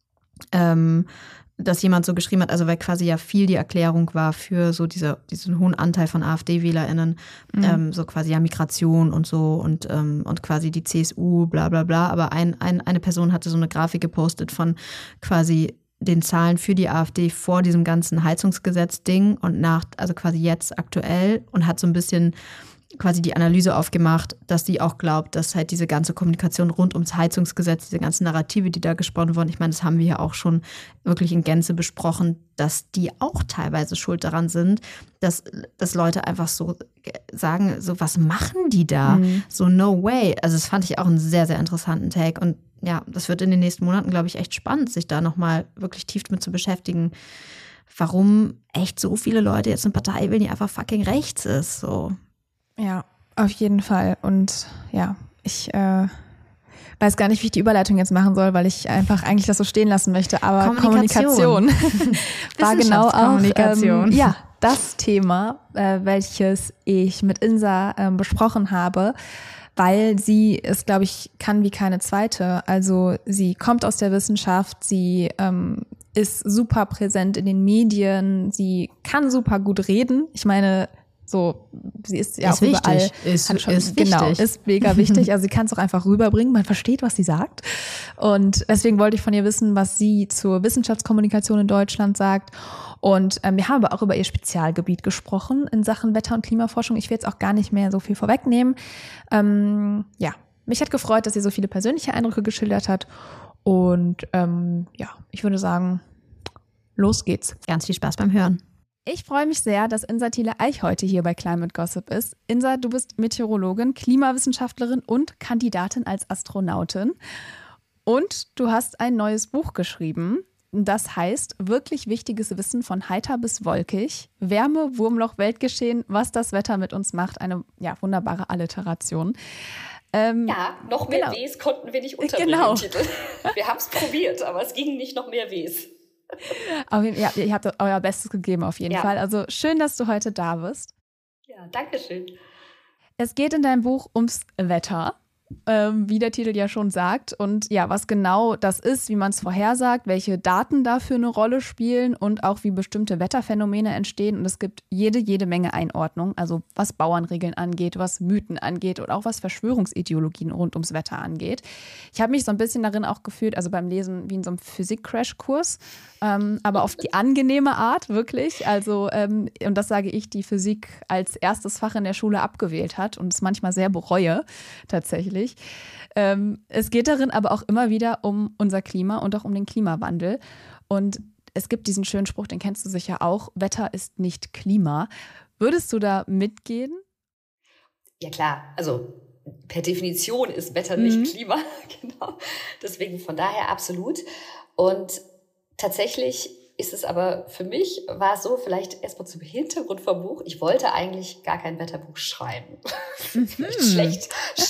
Speaker 1: dass jemand so geschrieben hat, also weil quasi ja viel die Erklärung war für so diesen hohen Anteil von AfD-WählerInnen, so quasi ja Migration und so und quasi die CSU, bla bla bla. Aber eine Person hatte so eine Grafik gepostet von quasi den Zahlen für die AfD vor diesem ganzen Heizungsgesetz-Ding und also quasi jetzt aktuell und hat so ein bisschen quasi die Analyse aufgemacht, dass die auch glaubt, dass halt diese ganze Kommunikation rund ums Heizungsgesetz, diese ganzen Narrative, die da gesponnen wurden, ich meine, das haben wir ja auch schon wirklich in Gänze besprochen, dass die auch teilweise schuld daran sind, dass Leute einfach so sagen, so was machen die da? So no way. Also das fand ich auch einen sehr, sehr interessanten Take und ja, das wird in den nächsten Monaten, glaube ich, echt spannend, sich da nochmal wirklich tief damit zu beschäftigen, warum echt so viele Leute jetzt eine Partei wählen, die einfach fucking rechts ist, so.
Speaker 2: Ja, auf jeden Fall. Und ja, ich weiß gar nicht, wie ich die Überleitung jetzt machen soll, weil ich einfach eigentlich das so stehen lassen möchte. Aber Kommunikation war genau auch das Thema, welches ich mit Insa besprochen habe, weil sie es, glaube ich, kann wie keine zweite. Also sie kommt aus der Wissenschaft, sie ist super präsent in den Medien, sie kann super gut reden. Ich meine, so, sie ist ja auch überall.
Speaker 1: Ist
Speaker 2: mega wichtig. Also sie kann es auch einfach rüberbringen. Man versteht, was sie sagt. Und deswegen wollte ich von ihr wissen, was sie zur Wissenschaftskommunikation in Deutschland sagt. Und wir haben aber auch über ihr Spezialgebiet gesprochen in Sachen Wetter- und Klimaforschung. Ich will jetzt auch gar nicht mehr so viel vorwegnehmen. Mich hat gefreut, dass sie so viele persönliche Eindrücke geschildert hat. Und ich würde sagen, los geht's.
Speaker 1: Ganz viel Spaß beim Hören.
Speaker 2: Ich freue mich sehr, dass Insa Thiele-Eich heute hier bei Climate Gossip ist. Insa, du bist Meteorologin, Klimawissenschaftlerin und Kandidatin als Astronautin. Und du hast ein neues Buch geschrieben. Das heißt, wirklich wichtiges Wissen von heiter bis wolkig. Wärme, Wurmloch, Weltgeschehen, was das Wetter mit uns macht. Eine wunderbare Alliteration.
Speaker 3: Noch mehr Ws konnten wir nicht unterbringen im Titel. Wir haben es probiert, aber es ging nicht noch mehr Ws.
Speaker 2: Ihr habt euer Bestes gegeben auf jeden Fall. Also schön, dass du heute da bist.
Speaker 3: Ja, danke schön.
Speaker 2: Es geht in deinem Buch ums Wetter, wie der Titel ja schon sagt. Und ja, was genau das ist, wie man es vorhersagt, welche Daten dafür eine Rolle spielen und auch wie bestimmte Wetterphänomene entstehen. Und es gibt jede Menge Einordnung, also was Bauernregeln angeht, was Mythen angeht und auch was Verschwörungsideologien rund ums Wetter angeht. Ich habe mich so ein bisschen darin auch gefühlt, also beim Lesen wie in so einem Physik-Crash-Kurs, aber auf die angenehme Art, wirklich. Also, und das sage ich, die Physik als erstes Fach in der Schule abgewählt hat und es manchmal sehr bereue, tatsächlich. Es geht darin aber auch immer wieder um unser Klima und auch um den Klimawandel. Und es gibt diesen schönen Spruch, den kennst du sicher auch, Wetter ist nicht Klima. Würdest du da mitgehen?
Speaker 3: Ja klar, also per Definition ist Wetter nicht Klima, genau. Deswegen von daher absolut. Und tatsächlich ist es aber für mich, war es so, vielleicht erstmal zum Hintergrund vom Buch, ich wollte eigentlich gar kein Wetterbuch schreiben. Schlecht.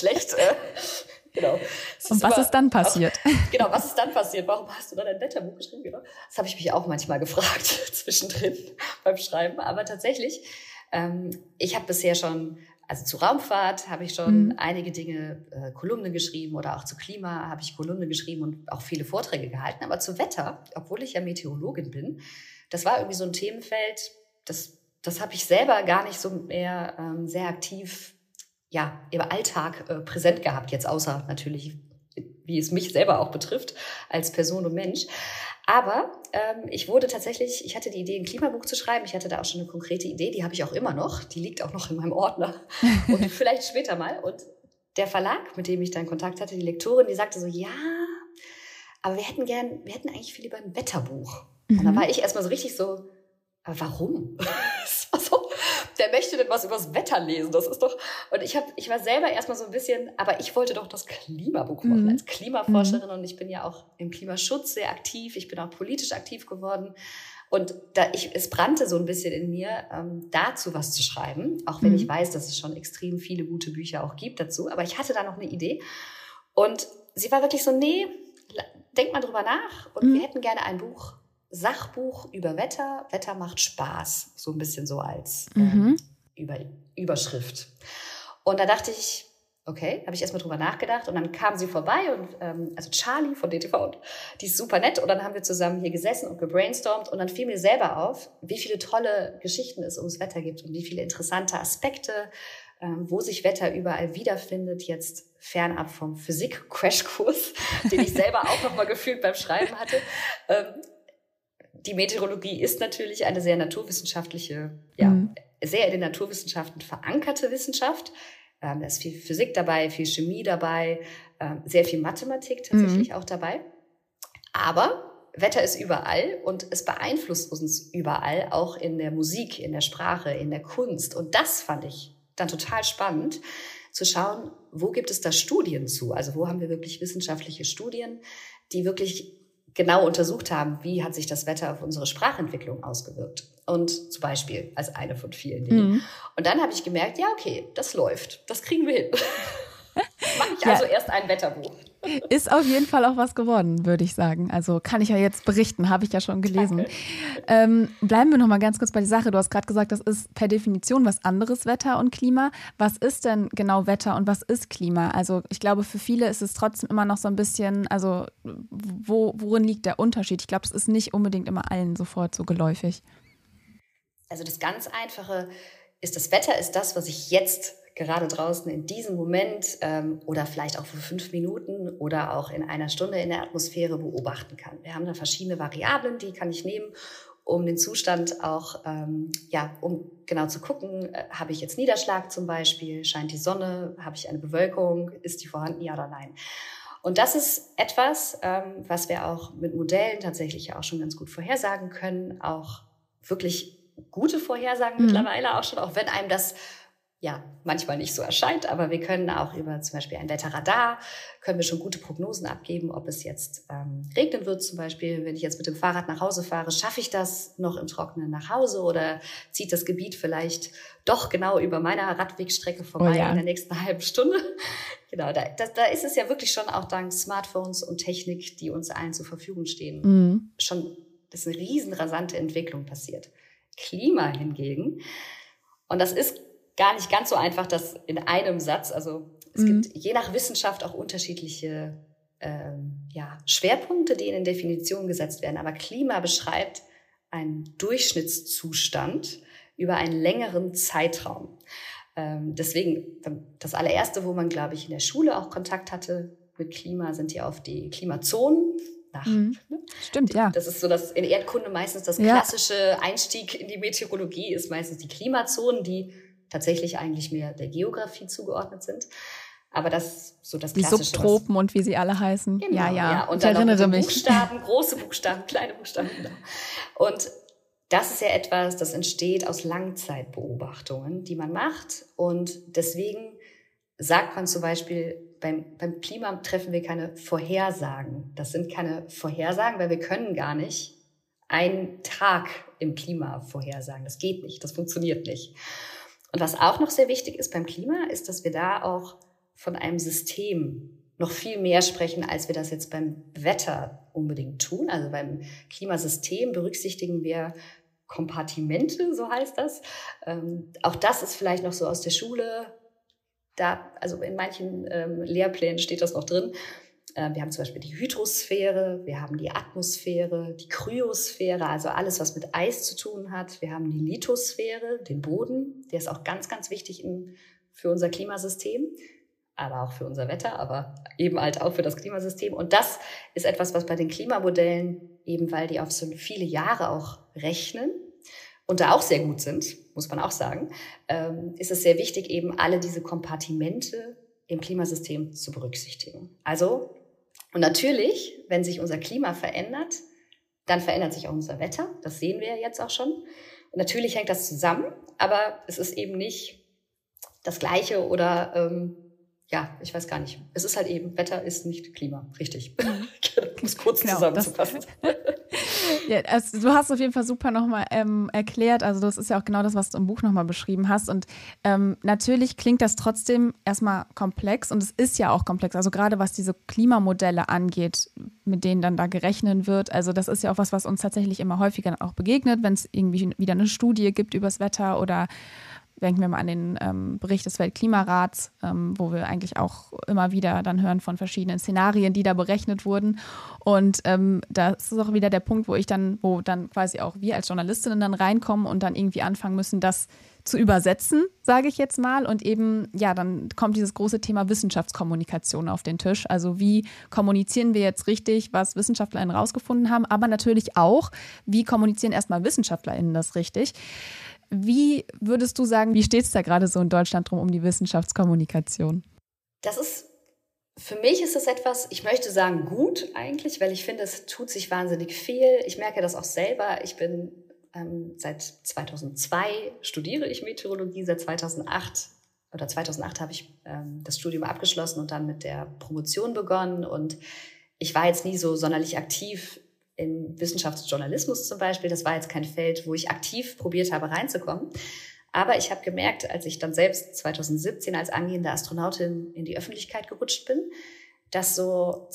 Speaker 3: Genau.
Speaker 2: Und was ist dann passiert?
Speaker 3: Genau, was ist dann passiert? Warum hast du dann ein Wetterbuch geschrieben? Genau. Das habe ich mich auch manchmal gefragt, zwischendrin beim Schreiben. Aber tatsächlich, ich habe bisher schon, also zu Raumfahrt habe ich schon einige Dinge, Kolumnen geschrieben oder auch zu Klima habe ich Kolumnen geschrieben und auch viele Vorträge gehalten. Aber zu Wetter, obwohl ich ja Meteorologin bin, das war irgendwie so ein Themenfeld, das habe ich selber gar nicht so mehr sehr aktiv im Alltag präsent gehabt, jetzt außer natürlich, wie es mich selber auch betrifft, als Person und Mensch. Aber ich hatte die Idee, ein Klimabuch zu schreiben. Ich hatte da auch schon eine konkrete Idee, die habe ich auch immer noch. Die liegt auch noch in meinem Ordner. Und vielleicht später mal. Und der Verlag, mit dem ich dann Kontakt hatte, die Lektorin, die sagte so, ja, aber wir hätten eigentlich viel lieber ein Wetterbuch. Und dann war ich erstmal so richtig so, aber warum? Wer möchte denn was übers Wetter lesen? Das ist doch. Und ich war selber erstmal so ein bisschen, aber ich wollte doch das Klimabuch machen als Klimaforscherin und ich bin ja auch im Klimaschutz sehr aktiv. Ich bin auch politisch aktiv geworden. Und es brannte so ein bisschen in mir, dazu was zu schreiben, auch wenn ich weiß, dass es schon extrem viele gute Bücher auch gibt dazu. Aber ich hatte da noch eine Idee. Und sie war wirklich so, nee, denk mal drüber nach. Und wir hätten gerne ein Sachbuch über Wetter. Wetter macht Spaß. So ein bisschen so als Überschrift. Und da dachte ich, okay, habe ich erstmal drüber nachgedacht. Und dann kam sie vorbei und also Charlie von DTV, und die ist super nett. Und dann haben wir zusammen hier gesessen und gebrainstormt. Und dann fiel mir selber auf, wie viele tolle Geschichten es ums Wetter gibt und wie viele interessante Aspekte, wo sich Wetter überall wiederfindet, jetzt fernab vom Physik-Crashkurs, den ich selber auch noch mal gefühlt beim Schreiben hatte. Die Meteorologie ist natürlich eine sehr naturwissenschaftliche, sehr in den Naturwissenschaften verankerte Wissenschaft. Da ist viel Physik dabei, viel Chemie dabei, sehr viel Mathematik tatsächlich auch dabei. Aber Wetter ist überall und es beeinflusst uns überall, auch in der Musik, in der Sprache, in der Kunst. Und das fand ich dann total spannend, zu schauen, wo gibt es da Studien zu? Also wo haben wir wirklich wissenschaftliche Studien, die wirklich genau untersucht haben, wie hat sich das Wetter auf unsere Sprachentwicklung ausgewirkt. Und zum Beispiel als eine von vielen Dingen. Und dann habe ich gemerkt, ja, okay, das läuft. Das kriegen wir hin. Mache ich also erst ein Wetterbuch.
Speaker 2: Ist auf jeden Fall auch was geworden, würde ich sagen. Also kann ich ja jetzt berichten, habe ich ja schon gelesen. Bleiben wir noch mal ganz kurz bei der Sache. Du hast gerade gesagt, das ist per Definition was anderes, Wetter und Klima. Was ist denn genau Wetter und was ist Klima? Also ich glaube, für viele ist es trotzdem immer noch so ein bisschen, also worin liegt der Unterschied? Ich glaube, es ist nicht unbedingt immer allen sofort so geläufig.
Speaker 3: Also das ganz Einfache ist, das Wetter ist das, was ich jetzt gerade draußen in diesem Moment oder vielleicht auch für 5 Minuten oder auch in einer Stunde in der Atmosphäre beobachten kann. Wir haben da verschiedene Variablen, die kann ich nehmen, um den Zustand auch, um genau zu gucken, habe ich jetzt Niederschlag zum Beispiel, scheint die Sonne, habe ich eine Bewölkung, ist die vorhanden, ja oder nein. Und das ist etwas, was wir auch mit Modellen tatsächlich ja auch schon ganz gut vorhersagen können, auch wirklich gute Vorhersagen mittlerweile auch schon, auch wenn einem das manchmal nicht so erscheint, aber wir können auch über zum Beispiel ein Wetterradar, können wir schon gute Prognosen abgeben, ob es jetzt regnen wird zum Beispiel. Wenn ich jetzt mit dem Fahrrad nach Hause fahre, schaffe ich das noch im Trockenen nach Hause oder zieht das Gebiet vielleicht doch genau über meiner Radwegstrecke vorbei in der nächsten halben Stunde? Genau, da ist es ja wirklich schon auch dank Smartphones und Technik, die uns allen zur Verfügung stehen, schon, dass eine riesen rasante Entwicklung passiert. Klima hingegen, und das ist gar nicht ganz so einfach, das in einem Satz, also es gibt je nach Wissenschaft auch unterschiedliche Schwerpunkte, die in den Definitionen gesetzt werden. Aber Klima beschreibt einen Durchschnittszustand über einen längeren Zeitraum. Deswegen das allererste, wo man, glaube ich, in der Schule auch Kontakt hatte mit Klima, sind ja oft die Klimazonen.
Speaker 2: Stimmt, ja.
Speaker 3: Das ist so, dass in Erdkunde meistens das klassische Einstieg in die Meteorologie ist meistens die Klimazonen, die tatsächlich eigentlich mehr der Geografie zugeordnet sind. Aber das so das Klassische.
Speaker 2: Die Subtropen und wie sie alle heißen.
Speaker 3: Genau,
Speaker 2: ja.
Speaker 3: Und dann erinnere mich. Buchstaben, große Buchstaben, kleine Buchstaben. Genau. Und das ist ja etwas, das entsteht aus Langzeitbeobachtungen, die man macht. Und deswegen sagt man zum Beispiel, beim Klima treffen wir keine Vorhersagen. Das sind keine Vorhersagen, weil wir können gar nicht einen Tag im Klima vorhersagen. Das geht nicht, das funktioniert nicht. Und was auch noch sehr wichtig ist beim Klima, ist, dass wir da auch von einem System noch viel mehr sprechen, als wir das jetzt beim Wetter unbedingt tun. Also beim Klimasystem berücksichtigen wir Kompartimente, so heißt das. Auch das ist vielleicht noch so aus der Schule. Also in manchen Lehrplänen steht das noch drin. Wir haben zum Beispiel die Hydrosphäre, wir haben die Atmosphäre, die Kryosphäre, also alles, was mit Eis zu tun hat. Wir haben die Lithosphäre, den Boden, der ist auch ganz, ganz wichtig für unser Klimasystem, aber auch für unser Wetter, aber eben halt auch für das Klimasystem. Und das ist etwas, was bei den Klimamodellen, eben weil die auf so viele Jahre auch rechnen und da auch sehr gut sind, muss man auch sagen, ist es sehr wichtig, eben alle diese Kompartimente im Klimasystem zu berücksichtigen. Also, und natürlich, wenn sich unser Klima verändert, dann verändert sich auch unser Wetter. Das sehen wir ja jetzt auch schon. Und natürlich hängt das zusammen, aber es ist eben nicht das Gleiche oder, ich weiß gar nicht. Es ist halt eben, Wetter ist nicht Klima, richtig. Um es kurz zusammenzufassen.
Speaker 2: Ja, also du hast auf jeden Fall super nochmal erklärt, also das ist ja auch genau das, was du im Buch nochmal beschrieben hast und natürlich klingt das trotzdem erstmal komplex und es ist ja auch komplex, also gerade was diese Klimamodelle angeht, mit denen dann da gerechnet wird, also das ist ja auch was uns tatsächlich immer häufiger auch begegnet, wenn es irgendwie wieder eine Studie gibt übers Wetter oder denken wir mal an den Bericht des Weltklimarats, wo wir eigentlich auch immer wieder dann hören von verschiedenen Szenarien, die da berechnet wurden. Und das ist auch wieder der Punkt, wo dann quasi auch wir als Journalistinnen dann reinkommen und dann irgendwie anfangen müssen, das zu übersetzen, sage ich jetzt mal. Und eben, ja, dann kommt dieses große Thema Wissenschaftskommunikation auf den Tisch. Also wie kommunizieren wir jetzt richtig, was WissenschaftlerInnen rausgefunden haben, aber natürlich auch, wie kommunizieren erstmal WissenschaftlerInnen das richtig. Wie würdest du sagen, wie steht es da gerade so in Deutschland drum um die Wissenschaftskommunikation?
Speaker 3: Für mich ist das etwas, ich möchte sagen gut eigentlich, weil ich finde, es tut sich wahnsinnig viel. Ich merke das auch selber. Ich bin seit 2002 studiere ich Meteorologie, seit 2008 habe ich das Studium abgeschlossen und dann mit der Promotion begonnen. Und ich war jetzt nie so sonderlich aktiv in Wissenschaftsjournalismus zum Beispiel. Das war jetzt kein Feld, wo ich aktiv probiert habe, reinzukommen. Aber ich habe gemerkt, als ich dann selbst 2017 als angehende Astronautin in die Öffentlichkeit gerutscht bin, dass so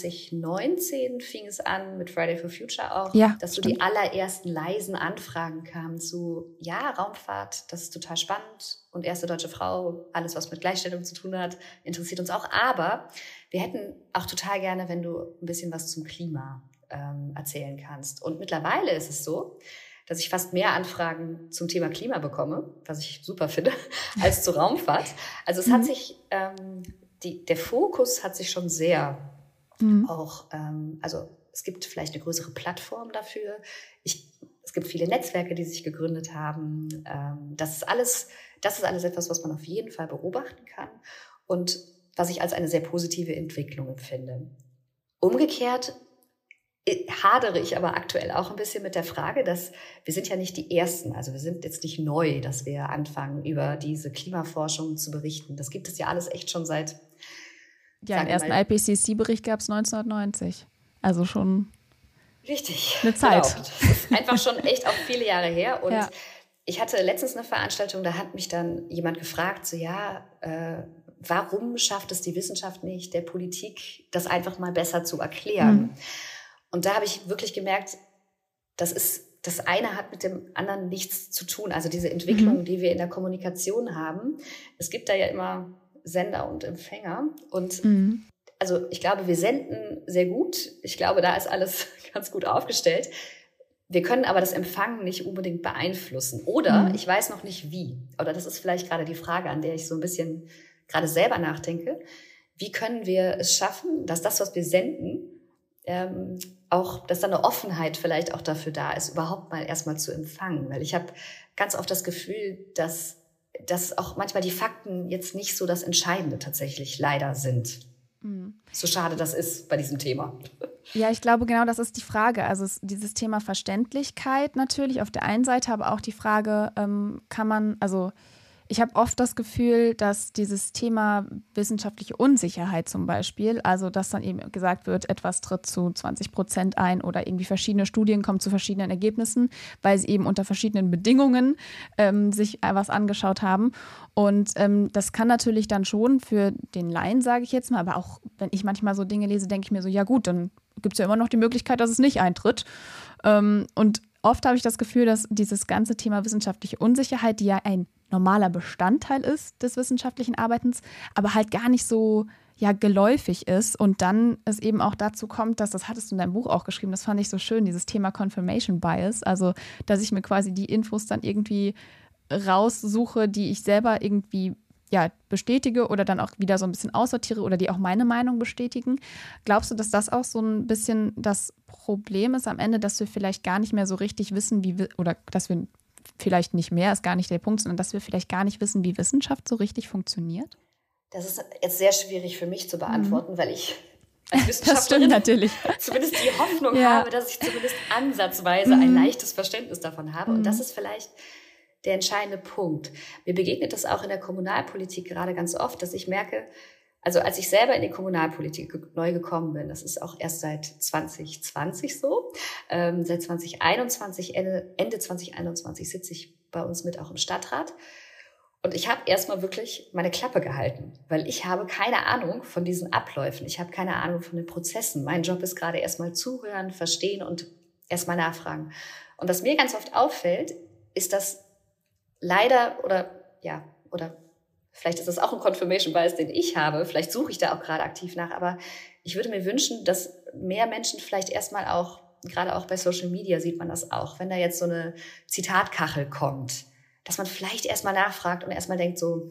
Speaker 3: 2019 fing es an mit Friday for Future auch, dass so die allerersten leisen Anfragen kamen zu, ja, Raumfahrt, das ist total spannend und erste deutsche Frau, alles, was mit Gleichstellung zu tun hat, interessiert uns auch. Aber wir hätten auch total gerne, wenn du ein bisschen was zum Klima erzählen kannst. Und mittlerweile ist es so, dass ich fast mehr Anfragen zum Thema Klima bekomme, was ich super finde, als zur Raumfahrt. Also es hat sich, der Fokus hat sich schon sehr auch, also es gibt vielleicht eine größere Plattform dafür. Es gibt viele Netzwerke, die sich gegründet haben. Das ist alles etwas, was man auf jeden Fall beobachten kann und was ich als eine sehr positive Entwicklung empfinde. Umgekehrt hadere ich aber aktuell auch ein bisschen mit der Frage, dass wir sind ja nicht die Ersten, also wir sind jetzt nicht neu, dass wir anfangen, über diese Klimaforschung zu berichten. Das gibt es ja alles echt schon seit...
Speaker 2: Ja, den ersten IPCC-Bericht gab es 1990, also schon
Speaker 3: richtig,
Speaker 2: eine Zeit.
Speaker 3: Genau. Das ist einfach schon echt auch viele Jahre her und ich hatte letztens eine Veranstaltung, da hat mich dann jemand gefragt, so warum schafft es die Wissenschaft nicht, der Politik das einfach mal besser zu erklären? Und da habe ich wirklich gemerkt, das eine hat mit dem anderen nichts zu tun. Also diese Entwicklung, die wir in der Kommunikation haben, es gibt da ja immer Sender und Empfänger. Und also ich glaube, wir senden sehr gut. Ich glaube, da ist alles ganz gut aufgestellt. Wir können aber das Empfangen nicht unbedingt beeinflussen. Oder ich weiß noch nicht wie. Oder das ist vielleicht gerade die Frage, an der ich so ein bisschen gerade selber nachdenke. Wie können wir es schaffen, dass das, was wir senden, auch, dass da eine Offenheit vielleicht auch dafür da ist, überhaupt mal erstmal zu empfangen. Weil ich habe ganz oft das Gefühl, dass auch manchmal die Fakten jetzt nicht so das Entscheidende tatsächlich leider sind. So schade das ist bei diesem Thema.
Speaker 2: Ja, ich glaube, genau das ist die Frage. Also dieses Thema Verständlichkeit natürlich auf der einen Seite, aber auch die Frage, kann man, also Ich habe oft das Gefühl, dass dieses Thema wissenschaftliche Unsicherheit zum Beispiel, also dass dann eben gesagt wird, etwas tritt zu 20% ein oder irgendwie verschiedene Studien kommen zu verschiedenen Ergebnissen, weil sie eben unter verschiedenen Bedingungen sich was angeschaut haben. Und das kann natürlich dann schon für den Laien, sage ich jetzt mal, aber auch wenn ich manchmal so Dinge lese, denke ich mir so, ja gut, dann gibt es ja immer noch die Möglichkeit, dass es nicht eintritt. Und oft habe ich das Gefühl, dass dieses ganze Thema wissenschaftliche Unsicherheit, die ja ein normaler Bestandteil ist des wissenschaftlichen Arbeitens, aber halt gar nicht so geläufig ist und dann es eben auch dazu kommt, dass, das hattest du in deinem Buch auch geschrieben, das fand ich so schön, dieses Thema Confirmation Bias, also dass ich mir quasi die Infos dann irgendwie raussuche, die ich selber irgendwie bestätige oder dann auch wieder so ein bisschen aussortiere oder die auch meine Meinung bestätigen. Glaubst du, dass das auch so ein bisschen das Problem ist am Ende, dass wir vielleicht gar nicht mehr so richtig wissen, oder dass wir vielleicht nicht mehr, ist gar nicht der Punkt, sondern dass wir vielleicht gar nicht wissen, wie Wissenschaft so richtig funktioniert?
Speaker 3: Das ist jetzt sehr schwierig für mich zu beantworten, weil ich als Wissenschaftlerin
Speaker 2: das stimmt natürlich.
Speaker 3: zumindest die Hoffnung habe, dass ich zumindest ansatzweise ein leichtes Verständnis davon habe. Und das ist vielleicht der entscheidende Punkt. Mir begegnet das auch in der Kommunalpolitik gerade ganz oft, dass ich merke, also als ich selber in die Kommunalpolitik neu gekommen bin, das ist auch erst seit 2020 so, seit 2021, Ende 2021 sitze ich bei uns mit auch im Stadtrat. Und ich habe erstmal wirklich meine Klappe gehalten, weil ich habe keine Ahnung von diesen Abläufen. Ich habe keine Ahnung von den Prozessen. Mein Job ist gerade erstmal zuhören, verstehen und erstmal nachfragen. Und was mir ganz oft auffällt, ist, dass leider oder vielleicht ist das auch ein Confirmation Bias, den ich habe. Vielleicht suche ich da auch gerade aktiv nach. Aber ich würde mir wünschen, dass mehr Menschen vielleicht erstmal auch, gerade auch bei Social Media sieht man das auch, wenn da jetzt so eine Zitatkachel kommt, dass man vielleicht erstmal nachfragt und erstmal denkt so,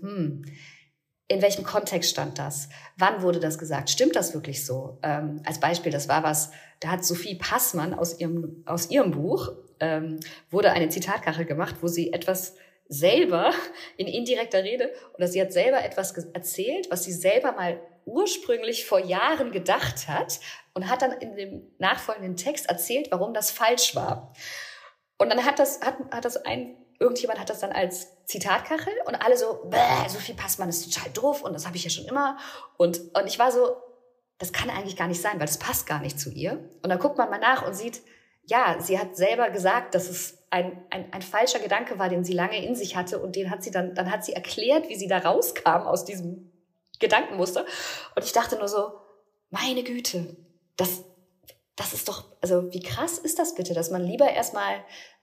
Speaker 3: in welchem Kontext stand das? Wann wurde das gesagt? Stimmt das wirklich so? Als Beispiel, das war was, da hat Sophie Passmann aus ihrem Buch, wurde eine Zitatkachel gemacht, wo sie etwas selber in indirekter Rede, oder sie hat selber etwas erzählt, was sie selber mal ursprünglich vor Jahren gedacht hat und hat dann in dem nachfolgenden Text erzählt, warum das falsch war. Und dann irgendjemand hat das dann als Zitatkachel und alle so, Sophie Passmann ist total doof und das habe ich ja schon immer. Und ich war so, das kann eigentlich gar nicht sein, weil das passt gar nicht zu ihr. Und dann guckt man mal nach und sieht, ja, sie hat selber gesagt, dass es ein falscher Gedanke war, den sie lange in sich hatte und den hat sie dann hat sie erklärt, wie sie da rauskam aus diesem Gedankenmuster. Und ich dachte nur so, meine Güte, das ist doch, also wie krass ist das bitte, dass man lieber erstmal,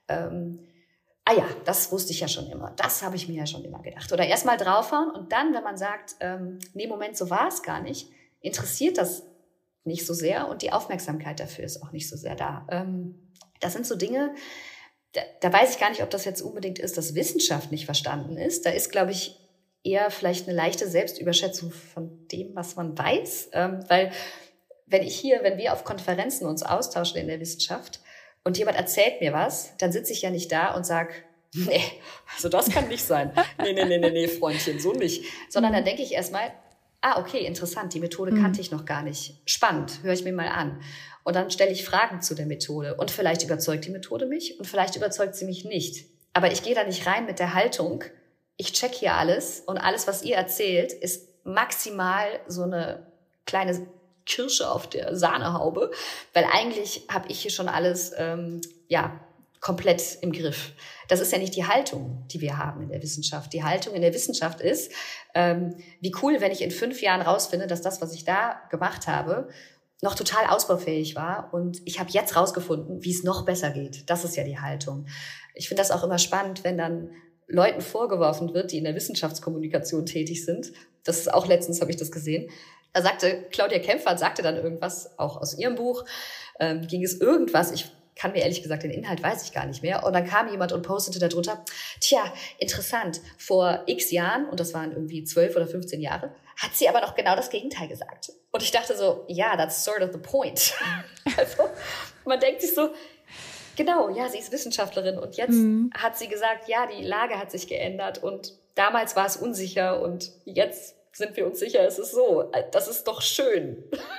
Speaker 3: das wusste ich ja schon immer, das habe ich mir ja schon immer gedacht. Oder erstmal draufhauen und dann, wenn man sagt, nee, Moment, so war es gar nicht, interessiert das nicht so sehr und die Aufmerksamkeit dafür ist auch nicht so sehr da. Das sind so Dinge, da weiß ich gar nicht, ob das jetzt unbedingt ist, dass Wissenschaft nicht verstanden ist. Da ist, glaube ich, eher vielleicht eine leichte Selbstüberschätzung von dem, was man weiß. Weil wenn wir auf Konferenzen uns austauschen in der Wissenschaft und jemand erzählt mir was, dann sitze ich ja nicht da und sage, nee, also das kann nicht sein. Nee, Freundchen, so nicht. Sondern dann denke ich erstmal, okay, interessant, die Methode kannte ich noch gar nicht. Spannend, höre ich mir mal an. Und dann stelle ich Fragen zu der Methode. Und vielleicht überzeugt die Methode mich und vielleicht überzeugt sie mich nicht. Aber ich gehe da nicht rein mit der Haltung, ich check hier alles und alles, was ihr erzählt, ist maximal so eine kleine Kirsche auf der Sahnehaube, weil eigentlich habe ich hier schon alles komplett im Griff. Das ist ja nicht die Haltung, die wir haben in der Wissenschaft. Die Haltung in der Wissenschaft ist, wie cool, wenn ich in 5 Jahren rausfinde, dass das, was ich da gemacht habe, noch total ausbaufähig war und ich habe jetzt rausgefunden, wie es noch besser geht. Das ist ja die Haltung. Ich finde das auch immer spannend, wenn dann Leuten vorgeworfen wird, die in der Wissenschaftskommunikation tätig sind. Das ist auch letztens, habe ich das gesehen. Da sagte Claudia Kempfert, sagte dann irgendwas, auch aus ihrem Buch, ging es irgendwas, ich kann mir ehrlich gesagt, den Inhalt weiß ich gar nicht mehr. Und dann kam jemand und postete darunter, interessant, vor x Jahren, und das waren irgendwie 12 oder 15 Jahre, hat sie aber noch genau das Gegenteil gesagt. Und ich dachte so, that's sort of the point. Also man denkt sich so, genau, ja, sie ist Wissenschaftlerin und jetzt hat sie gesagt, ja, die Lage hat sich geändert und damals war es unsicher und jetzt sind wir uns sicher, es ist so. Das ist doch schön.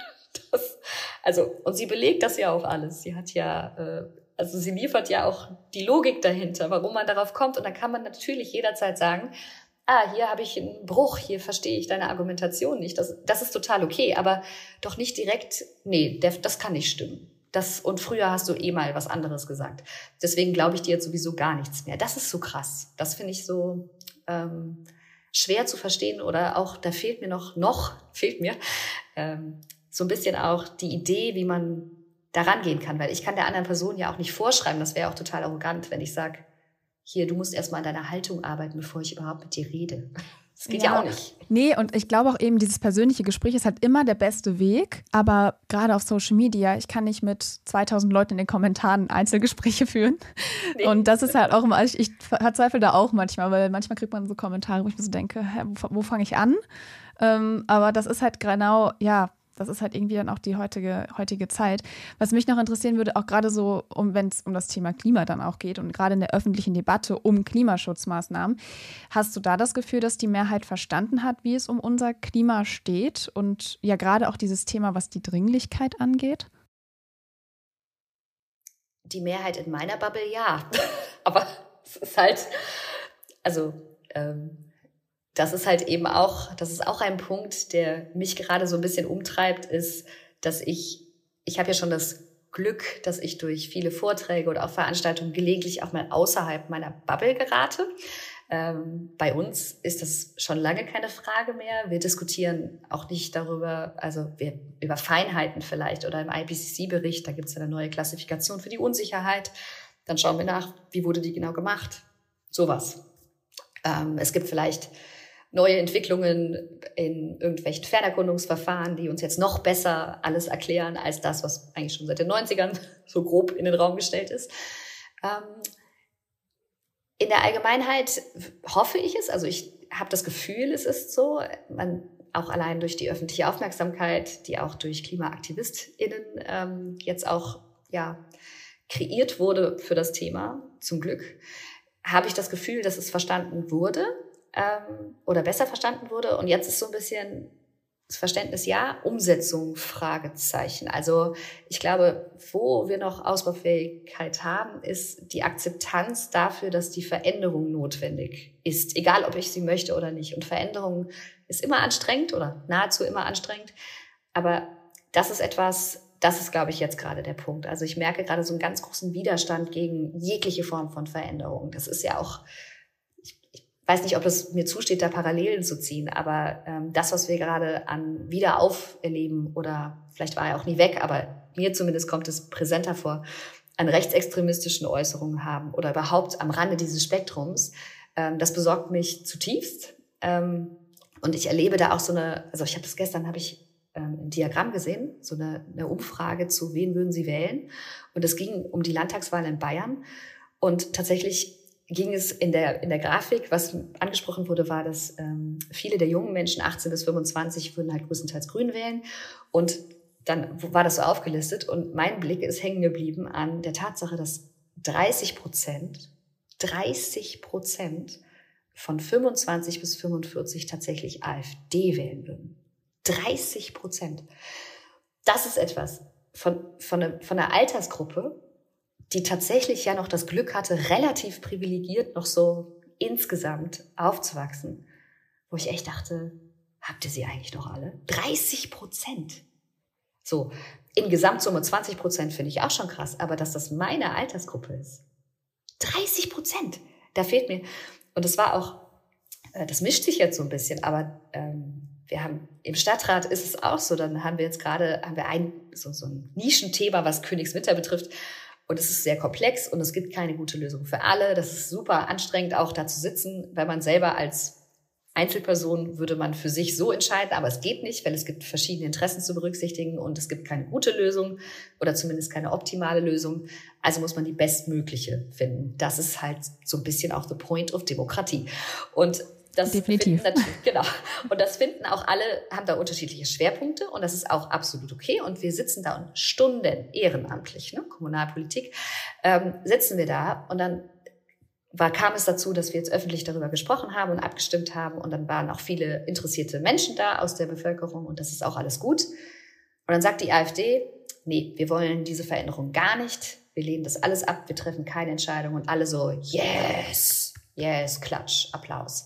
Speaker 3: Und sie belegt das ja auch alles. Sie hat ja, sie liefert ja auch die Logik dahinter, warum man darauf kommt. Und dann kann man natürlich jederzeit sagen, hier habe ich einen Bruch, hier verstehe ich deine Argumentation nicht. Das ist total okay, aber doch nicht direkt, nee, das kann nicht stimmen. Und früher hast du mal was anderes gesagt. Deswegen glaube ich dir jetzt sowieso gar nichts mehr. Das ist so krass. Das finde ich so schwer zu verstehen oder auch, da fehlt mir so ein bisschen auch die Idee, wie man da rangehen kann, weil ich kann der anderen Person ja auch nicht vorschreiben, das wäre auch total arrogant, wenn ich sage, hier, du musst erstmal an deiner Haltung arbeiten, bevor ich überhaupt mit dir rede. Das geht ja auch nicht.
Speaker 2: Nee, und ich glaube auch eben, dieses persönliche Gespräch ist halt immer der beste Weg, aber gerade auf Social Media, ich kann nicht mit 2000 Leuten in den Kommentaren Einzelgespräche führen. Nee. Und das ist halt auch immer, ich verzweifle da auch manchmal, weil manchmal kriegt man so Kommentare, wo ich mir so denke, wo fange ich an? Aber das ist halt genau, das ist halt irgendwie dann auch die heutige Zeit. Was mich noch interessieren würde, auch gerade so, wenn es um das Thema Klima dann auch geht und gerade in der öffentlichen Debatte um Klimaschutzmaßnahmen, hast du da das Gefühl, dass die Mehrheit verstanden hat, wie es um unser Klima steht und ja gerade auch dieses Thema, was die Dringlichkeit angeht?
Speaker 3: Die Mehrheit in meiner Bubble, ja. Aber es ist halt, das ist halt eben auch, das ist auch ein Punkt, der mich gerade so ein bisschen umtreibt, ist, dass ich habe ja schon das Glück, dass ich durch viele Vorträge oder auch Veranstaltungen gelegentlich auch mal außerhalb meiner Bubble gerate. Bei uns ist das schon lange keine Frage mehr. Wir diskutieren auch nicht darüber, über Feinheiten vielleicht oder im IPCC-Bericht, da gibt es ja eine neue Klassifikation für die Unsicherheit. Dann schauen wir nach, wie wurde die genau gemacht? Sowas. Es gibt vielleicht neue Entwicklungen in irgendwelchen Fernerkundungsverfahren, die uns jetzt noch besser alles erklären als das, was eigentlich schon seit den 90ern so grob in den Raum gestellt ist. In der Allgemeinheit hoffe ich es, also ich habe das Gefühl, es ist so, auch allein durch die öffentliche Aufmerksamkeit, die auch durch KlimaaktivistInnen jetzt auch kreiert wurde für das Thema, zum Glück, habe ich das Gefühl, dass es verstanden wurde. Oder besser verstanden wurde. Und jetzt ist so ein bisschen das Verständnis, Umsetzung, Fragezeichen. Also ich glaube, wo wir noch Ausbaufähigkeit haben, ist die Akzeptanz dafür, dass die Veränderung notwendig ist. Egal, ob ich sie möchte oder nicht. Und Veränderung ist immer anstrengend oder nahezu immer anstrengend. Aber das ist glaube ich, jetzt gerade der Punkt. Also ich merke gerade so einen ganz großen Widerstand gegen jegliche Form von Veränderung. Das ist ja auch, weiß nicht, ob es mir zusteht, da Parallelen zu ziehen, aber das, was wir gerade an Wiederauferleben oder vielleicht war er auch nie weg, aber mir zumindest kommt es präsenter vor, an rechtsextremistischen Äußerungen haben oder überhaupt am Rande dieses Spektrums, das besorgt mich zutiefst. Und ich erlebe da auch ich habe das gestern, ein Diagramm gesehen, so eine Umfrage zu, wen würden Sie wählen? Und es ging um die Landtagswahl in Bayern und tatsächlich ging es in der Grafik, was angesprochen wurde, war, dass viele der jungen Menschen, 18 bis 25, würden halt größtenteils Grün wählen. Und dann war das so aufgelistet. Und mein Blick ist hängen geblieben an der Tatsache, dass 30% von 25 bis 45 tatsächlich AfD wählen würden. 30%. Das ist etwas von einer Altersgruppe, die tatsächlich ja noch das Glück hatte, relativ privilegiert noch so insgesamt aufzuwachsen, wo ich echt dachte, habt ihr sie eigentlich noch alle? 30%. So, in Gesamtsumme 20% finde ich auch schon krass, aber dass das meine Altersgruppe ist, 30%, da fehlt mir. Und das war auch, das mischt sich jetzt so ein bisschen, aber wir haben im Stadtrat ist es auch so, dann haben wir so ein Nischenthema, was Königswinter betrifft. Und es ist sehr komplex und es gibt keine gute Lösung für alle. Das ist super anstrengend, auch da zu sitzen, weil man selber als Einzelperson würde man für sich so entscheiden, aber es geht nicht, weil es gibt verschiedene Interessen zu berücksichtigen und es gibt keine gute Lösung oder zumindest keine optimale Lösung. Also muss man die bestmögliche finden. Das ist halt so ein bisschen auch the point of Demokratie. Und das
Speaker 2: definitiv.
Speaker 3: Genau. Und das finden auch alle, haben da unterschiedliche Schwerpunkte und das ist auch absolut okay. Und wir sitzen da und Stunden ehrenamtlich, Kommunalpolitik, sitzen wir da und dann kam es dazu, dass wir jetzt öffentlich darüber gesprochen haben und abgestimmt haben und dann waren auch viele interessierte Menschen da aus der Bevölkerung und das ist auch alles gut. Und dann sagt die AfD, nee, wir wollen diese Veränderung gar nicht, wir lehnen das alles ab, wir treffen keine Entscheidung und alle so, yes, Klatsch, Applaus.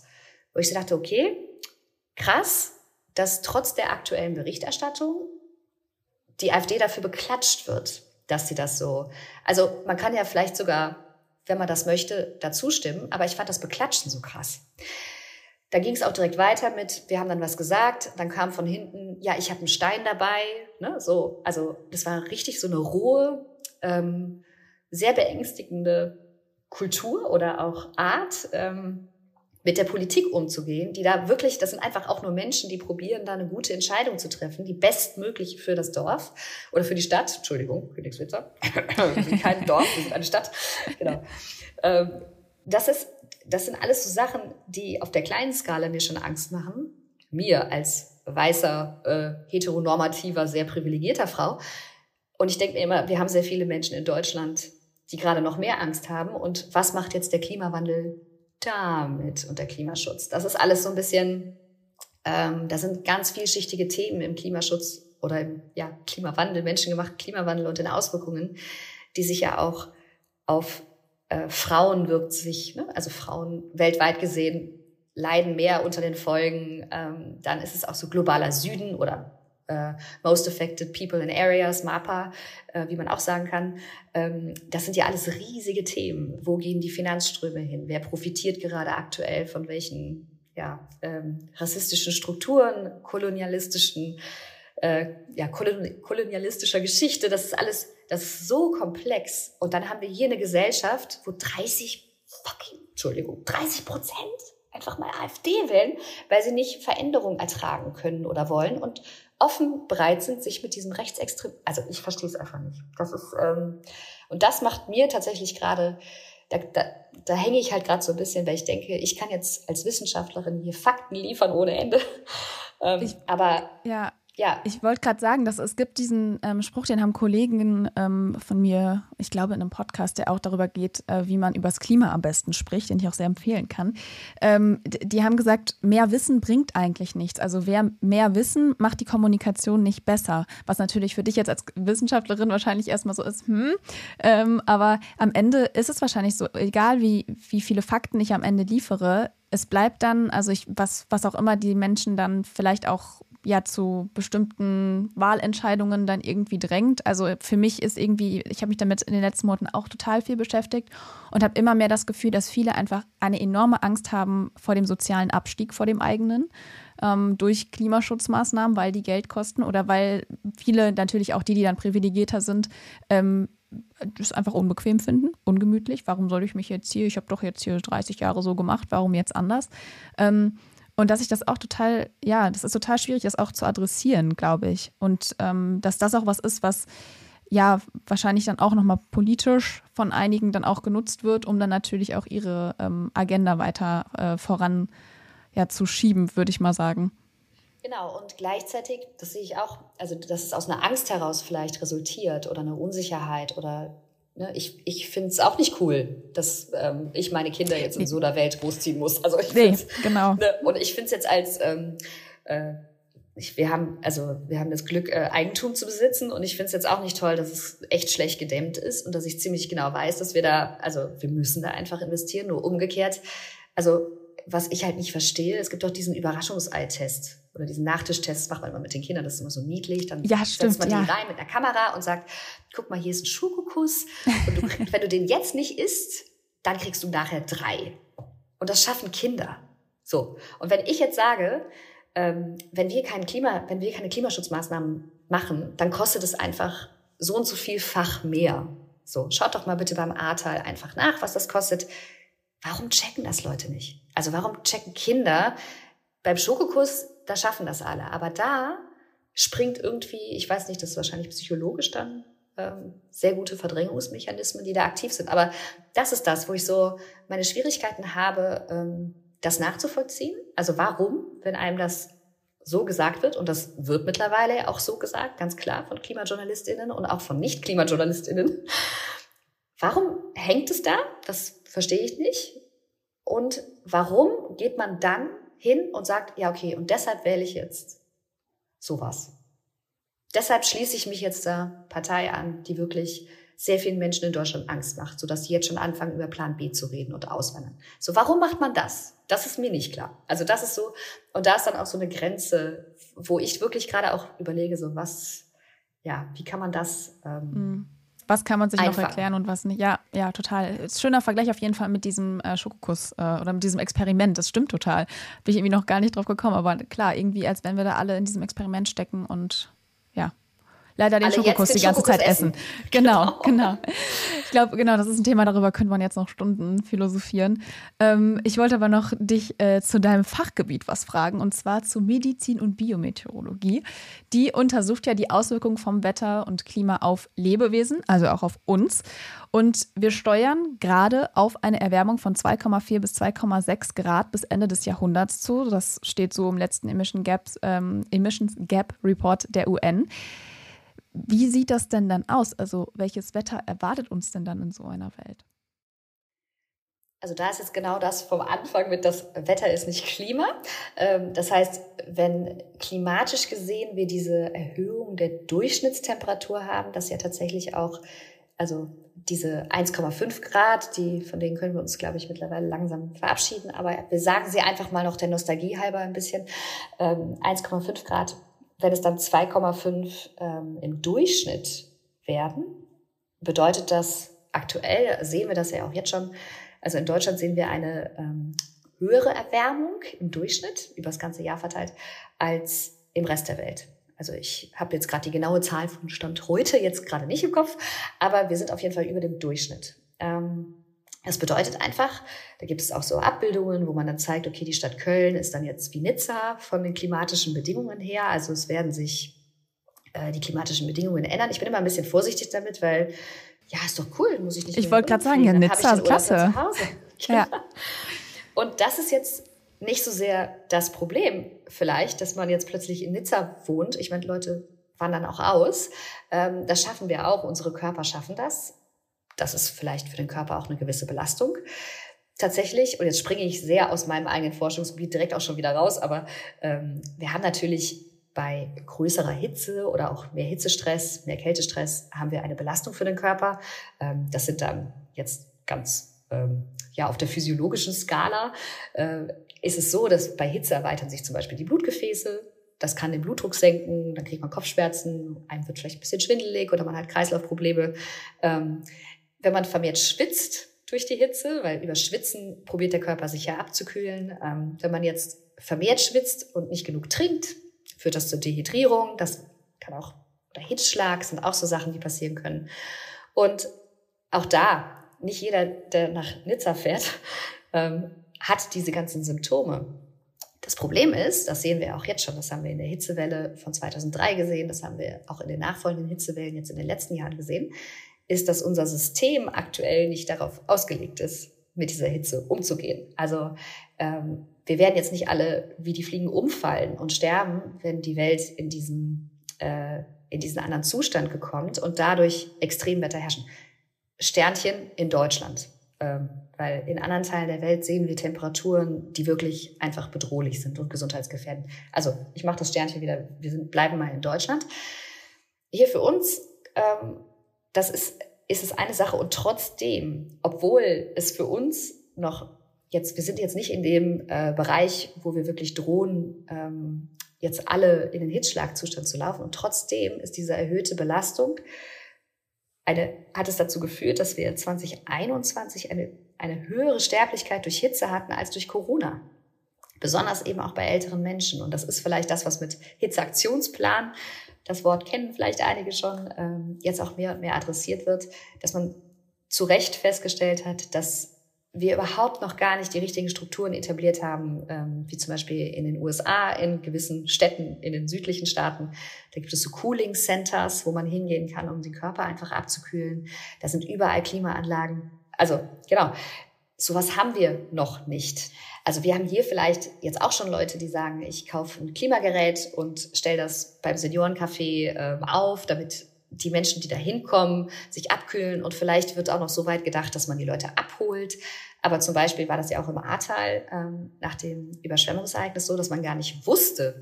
Speaker 3: wo ich so dachte, okay, krass, dass trotz der aktuellen Berichterstattung die AfD dafür beklatscht wird, dass sie das so, also man kann ja vielleicht sogar, wenn man das möchte, dazu stimmen, aber ich fand das Beklatschen so krass. Da ging es auch direkt weiter mit, wir haben dann was gesagt, dann kam von hinten, ja, ich habe einen Stein dabei, ne, so, also das war richtig so eine rohe, sehr beängstigende Kultur oder auch Art, mit der Politik umzugehen, die da wirklich, das sind einfach auch nur Menschen, die probieren, da eine gute Entscheidung zu treffen, die bestmögliche für das Dorf oder für die Stadt. Entschuldigung, Königswinzer. Wir sind kein Dorf, wir sind eine Stadt. Genau. Das sind alles so Sachen, die auf der kleinen Skala mir schon Angst machen. Mir als weißer, heteronormativer, sehr privilegierter Frau. Und ich denke mir immer, wir haben sehr viele Menschen in Deutschland, die gerade noch mehr Angst haben. Und was macht jetzt der Klimawandel damit und der Klimaschutz? Das ist alles so ein bisschen, da sind ganz vielschichtige Themen im Klimaschutz oder im Klimawandel, menschengemachten Klimawandel und den Auswirkungen, die sich ja auch auf Frauen wirkt sich, ne? Also Frauen weltweit gesehen leiden mehr unter den Folgen. Dann ist es auch so globaler Süden oder Most Affected People in Areas, MAPA, wie man auch sagen kann. Das sind ja alles riesige Themen. Wo gehen die Finanzströme hin? Wer profitiert gerade aktuell von welchen rassistischen Strukturen, kolonialistischer Geschichte? Das ist so komplex. Und dann haben wir hier eine Gesellschaft, wo 30% einfach mal AfD wählen, weil sie nicht Veränderungen ertragen können oder wollen und offen bereit sind, sich mit diesem also ich verstehe es einfach nicht. Das ist, und das macht mir tatsächlich gerade, da hänge ich halt gerade so ein bisschen, weil ich denke, ich kann jetzt als Wissenschaftlerin hier Fakten liefern ohne Ende.
Speaker 2: Ich wollte gerade sagen, dass es gibt diesen Spruch, den haben Kollegen von mir, ich glaube in einem Podcast, der auch darüber geht, wie man über das Klima am besten spricht, den ich auch sehr empfehlen kann. Die haben gesagt, mehr Wissen bringt eigentlich nichts. Also mehr Wissen macht die Kommunikation nicht besser. Was natürlich für dich jetzt als Wissenschaftlerin wahrscheinlich erstmal so ist, aber am Ende ist es wahrscheinlich so, egal wie viele Fakten ich am Ende liefere, es bleibt dann, also was auch immer die Menschen dann vielleicht auch zu bestimmten Wahlentscheidungen dann irgendwie drängt. Also für mich ist irgendwie, ich habe mich damit in den letzten Monaten auch total viel beschäftigt und habe immer mehr das Gefühl, dass viele einfach eine enorme Angst haben vor dem sozialen Abstieg, vor dem eigenen, durch Klimaschutzmaßnahmen, weil die Geld kosten oder weil viele natürlich auch die dann privilegierter sind, das einfach unbequem finden, ungemütlich. Warum soll ich mich jetzt ich habe doch jetzt hier 30 Jahre so gemacht, warum jetzt anders? Und dass ich das auch total, das ist total schwierig, das auch zu adressieren, glaube ich. Und dass das auch was ist, was wahrscheinlich dann auch nochmal politisch von einigen dann auch genutzt wird, um dann natürlich auch ihre Agenda weiter voran zu schieben, würde ich mal sagen.
Speaker 3: Genau, und gleichzeitig, das sehe ich auch, also dass es aus einer Angst heraus vielleicht resultiert oder eine Unsicherheit oder ich finde es auch nicht cool, dass ich meine Kinder jetzt in so einer Welt großziehen muss. Also
Speaker 2: genau.
Speaker 3: Und ich finde es jetzt als wir haben das Glück, Eigentum zu besitzen und ich finde es jetzt auch nicht toll, dass es echt schlecht gedämmt ist und dass ich ziemlich genau weiß, dass wir müssen da einfach investieren, nur umgekehrt. Also was ich halt nicht verstehe, es gibt doch diesen Überraschungsei-Test oder diesen Nachtischtest, macht man immer mit den Kindern, das ist immer so niedlich, dann setzt man die rein mit einer Kamera und sagt, guck mal, hier ist ein Schokokuss und wenn du den jetzt nicht isst, dann kriegst du nachher 3. Und das schaffen Kinder. So. Und wenn ich jetzt sage, wenn wir keine Klimaschutzmaßnahmen machen, dann kostet es einfach so und so vielfach mehr. So, schaut doch mal bitte beim Ahrtal einfach nach, was das kostet. Warum checken das Leute nicht? Also warum checken Kinder beim Schokokuss, da schaffen das alle. Aber da springt irgendwie, ich weiß nicht, das ist wahrscheinlich psychologisch dann sehr gute Verdrängungsmechanismen, die da aktiv sind. Aber das ist das, wo ich so meine Schwierigkeiten habe, das nachzuvollziehen. Also warum, wenn einem das so gesagt wird, und das wird mittlerweile auch so gesagt, ganz klar von KlimajournalistInnen und auch von Nicht-KlimajournalistInnen, warum hängt es da? Das verstehe ich nicht. Und warum geht man dann hin und sagt, ja okay, und deshalb wähle ich jetzt sowas. Deshalb schließe ich mich jetzt der Partei an, die wirklich sehr vielen Menschen in Deutschland Angst macht, sodass sie jetzt schon anfangen, über Plan B zu reden und auswandern. So, warum macht man das? Das ist mir nicht klar. Also das ist so, und da ist dann auch so eine Grenze, wo ich wirklich gerade auch überlege, so wie kann man das
Speaker 2: was kann man sich noch erklären und was nicht? Ja, total. Schöner Vergleich auf jeden Fall mit diesem Schokokuss oder mit diesem Experiment. Das stimmt total. Bin ich irgendwie noch gar nicht drauf gekommen, aber klar, irgendwie, als wenn wir da alle in diesem Experiment stecken und leider den Schokokuss die ganze Zeit essen. Genau. Ich glaube, das ist ein Thema, darüber könnte man jetzt noch Stunden philosophieren. Ich wollte aber noch dich zu deinem Fachgebiet was fragen, und zwar zu Medizin und Biometeorologie. Die untersucht ja die Auswirkungen vom Wetter und Klima auf Lebewesen, also auch auf uns. Und wir steuern gerade auf eine Erwärmung von 2,4 bis 2,6 Grad bis Ende des Jahrhunderts zu. Das steht so im letzten Emissions Gap Report der UN. Wie sieht das denn dann aus? Also welches Wetter erwartet uns denn dann in so einer Welt?
Speaker 3: Also da ist jetzt genau das vom Anfang mit, das Wetter ist nicht Klima. Das heißt, wenn klimatisch gesehen wir diese Erhöhung der Durchschnittstemperatur haben, das ja tatsächlich auch, also diese 1,5 Grad, von denen können wir uns, glaube ich, mittlerweile langsam verabschieden. Aber wir sagen sie einfach mal noch der Nostalgie halber ein bisschen. 1,5 Grad. Wenn es dann 2,5 im Durchschnitt werden, bedeutet das aktuell, sehen wir das ja auch jetzt schon, also in Deutschland sehen wir eine höhere Erwärmung im Durchschnitt, über das ganze Jahr verteilt, als im Rest der Welt. Also ich habe jetzt gerade die genaue Zahl von Stand heute jetzt gerade nicht im Kopf, aber wir sind auf jeden Fall über dem Durchschnitt. Das bedeutet einfach, da gibt es auch so Abbildungen, wo man dann zeigt, okay, die Stadt Köln ist dann jetzt wie Nizza von den klimatischen Bedingungen her. Also es werden sich die klimatischen Bedingungen ändern. Ich bin immer ein bisschen vorsichtig damit, weil, ist doch cool, muss ich nicht.
Speaker 2: Ich wollte gerade sagen, ja, Nizza ist klasse.
Speaker 3: Ja. Und das ist jetzt nicht so sehr das Problem vielleicht, dass man jetzt plötzlich in Nizza wohnt. Ich meine, Leute wandern auch aus. Das schaffen wir auch, unsere Körper schaffen das. Das ist vielleicht für den Körper auch eine gewisse Belastung. Tatsächlich, und jetzt springe ich sehr aus meinem eigenen Forschungsgebiet direkt auch schon wieder raus, aber wir haben natürlich bei größerer Hitze oder auch mehr Hitzestress, mehr Kältestress, haben wir eine Belastung für den Körper. Das sind dann jetzt ganz auf der physiologischen Skala ist es so, dass bei Hitze erweitern sich zum Beispiel die Blutgefäße. Das kann den Blutdruck senken, dann kriegt man Kopfschmerzen, einem wird vielleicht ein bisschen schwindelig oder man hat Kreislaufprobleme. Wenn man vermehrt schwitzt durch die Hitze, weil über Schwitzen probiert der Körper sich ja abzukühlen. Wenn man jetzt vermehrt schwitzt und nicht genug trinkt, führt das zur Dehydrierung. Das kann auch, oder Hitzschlag sind auch so Sachen, die passieren können. Und auch da, nicht jeder, der nach Nizza fährt, hat diese ganzen Symptome. Das Problem ist, das sehen wir auch jetzt schon, das haben wir in der Hitzewelle von 2003 gesehen, das haben wir auch in den nachfolgenden Hitzewellen jetzt in den letzten Jahren gesehen, ist, dass unser System aktuell nicht darauf ausgelegt ist, mit dieser Hitze umzugehen. Also wir werden jetzt nicht alle wie die Fliegen umfallen und sterben, wenn die Welt in diesen anderen Zustand gekommen und dadurch Extremwetter herrschen. Sternchen in Deutschland. Weil in anderen Teilen der Welt sehen wir Temperaturen, die wirklich einfach bedrohlich sind und gesundheitsgefährdend. Also ich mache das Sternchen wieder, bleiben mal in Deutschland. Hier für uns, ist es eine Sache und trotzdem, obwohl es für uns noch jetzt, wir sind jetzt nicht in dem Bereich, wo wir wirklich drohen, jetzt alle in den Hitzschlagzustand zu laufen und trotzdem ist diese erhöhte Belastung hat es dazu geführt, dass wir 2021 eine höhere Sterblichkeit durch Hitze hatten als durch Corona. Besonders eben auch bei älteren Menschen. Und das ist vielleicht das, was mit Hitzeaktionsplan, das Wort kennen vielleicht einige schon, jetzt auch mehr und mehr adressiert wird, dass man zu Recht festgestellt hat, dass wir überhaupt noch gar nicht die richtigen Strukturen etabliert haben, wie zum Beispiel in den USA, in gewissen Städten, in den südlichen Staaten. Da gibt es so Cooling Centers, wo man hingehen kann, um den Körper einfach abzukühlen. Da sind überall Klimaanlagen. Also genau, sowas haben wir noch nicht. Also wir haben hier vielleicht jetzt auch schon Leute, die sagen, ich kaufe ein Klimagerät und stelle das beim Seniorencafé auf, damit die Menschen, die da hinkommen, sich abkühlen und vielleicht wird auch noch so weit gedacht, dass man die Leute abholt. Aber zum Beispiel war das ja auch im Ahrtal nach dem Überschwemmungsereignis so, dass man gar nicht wusste,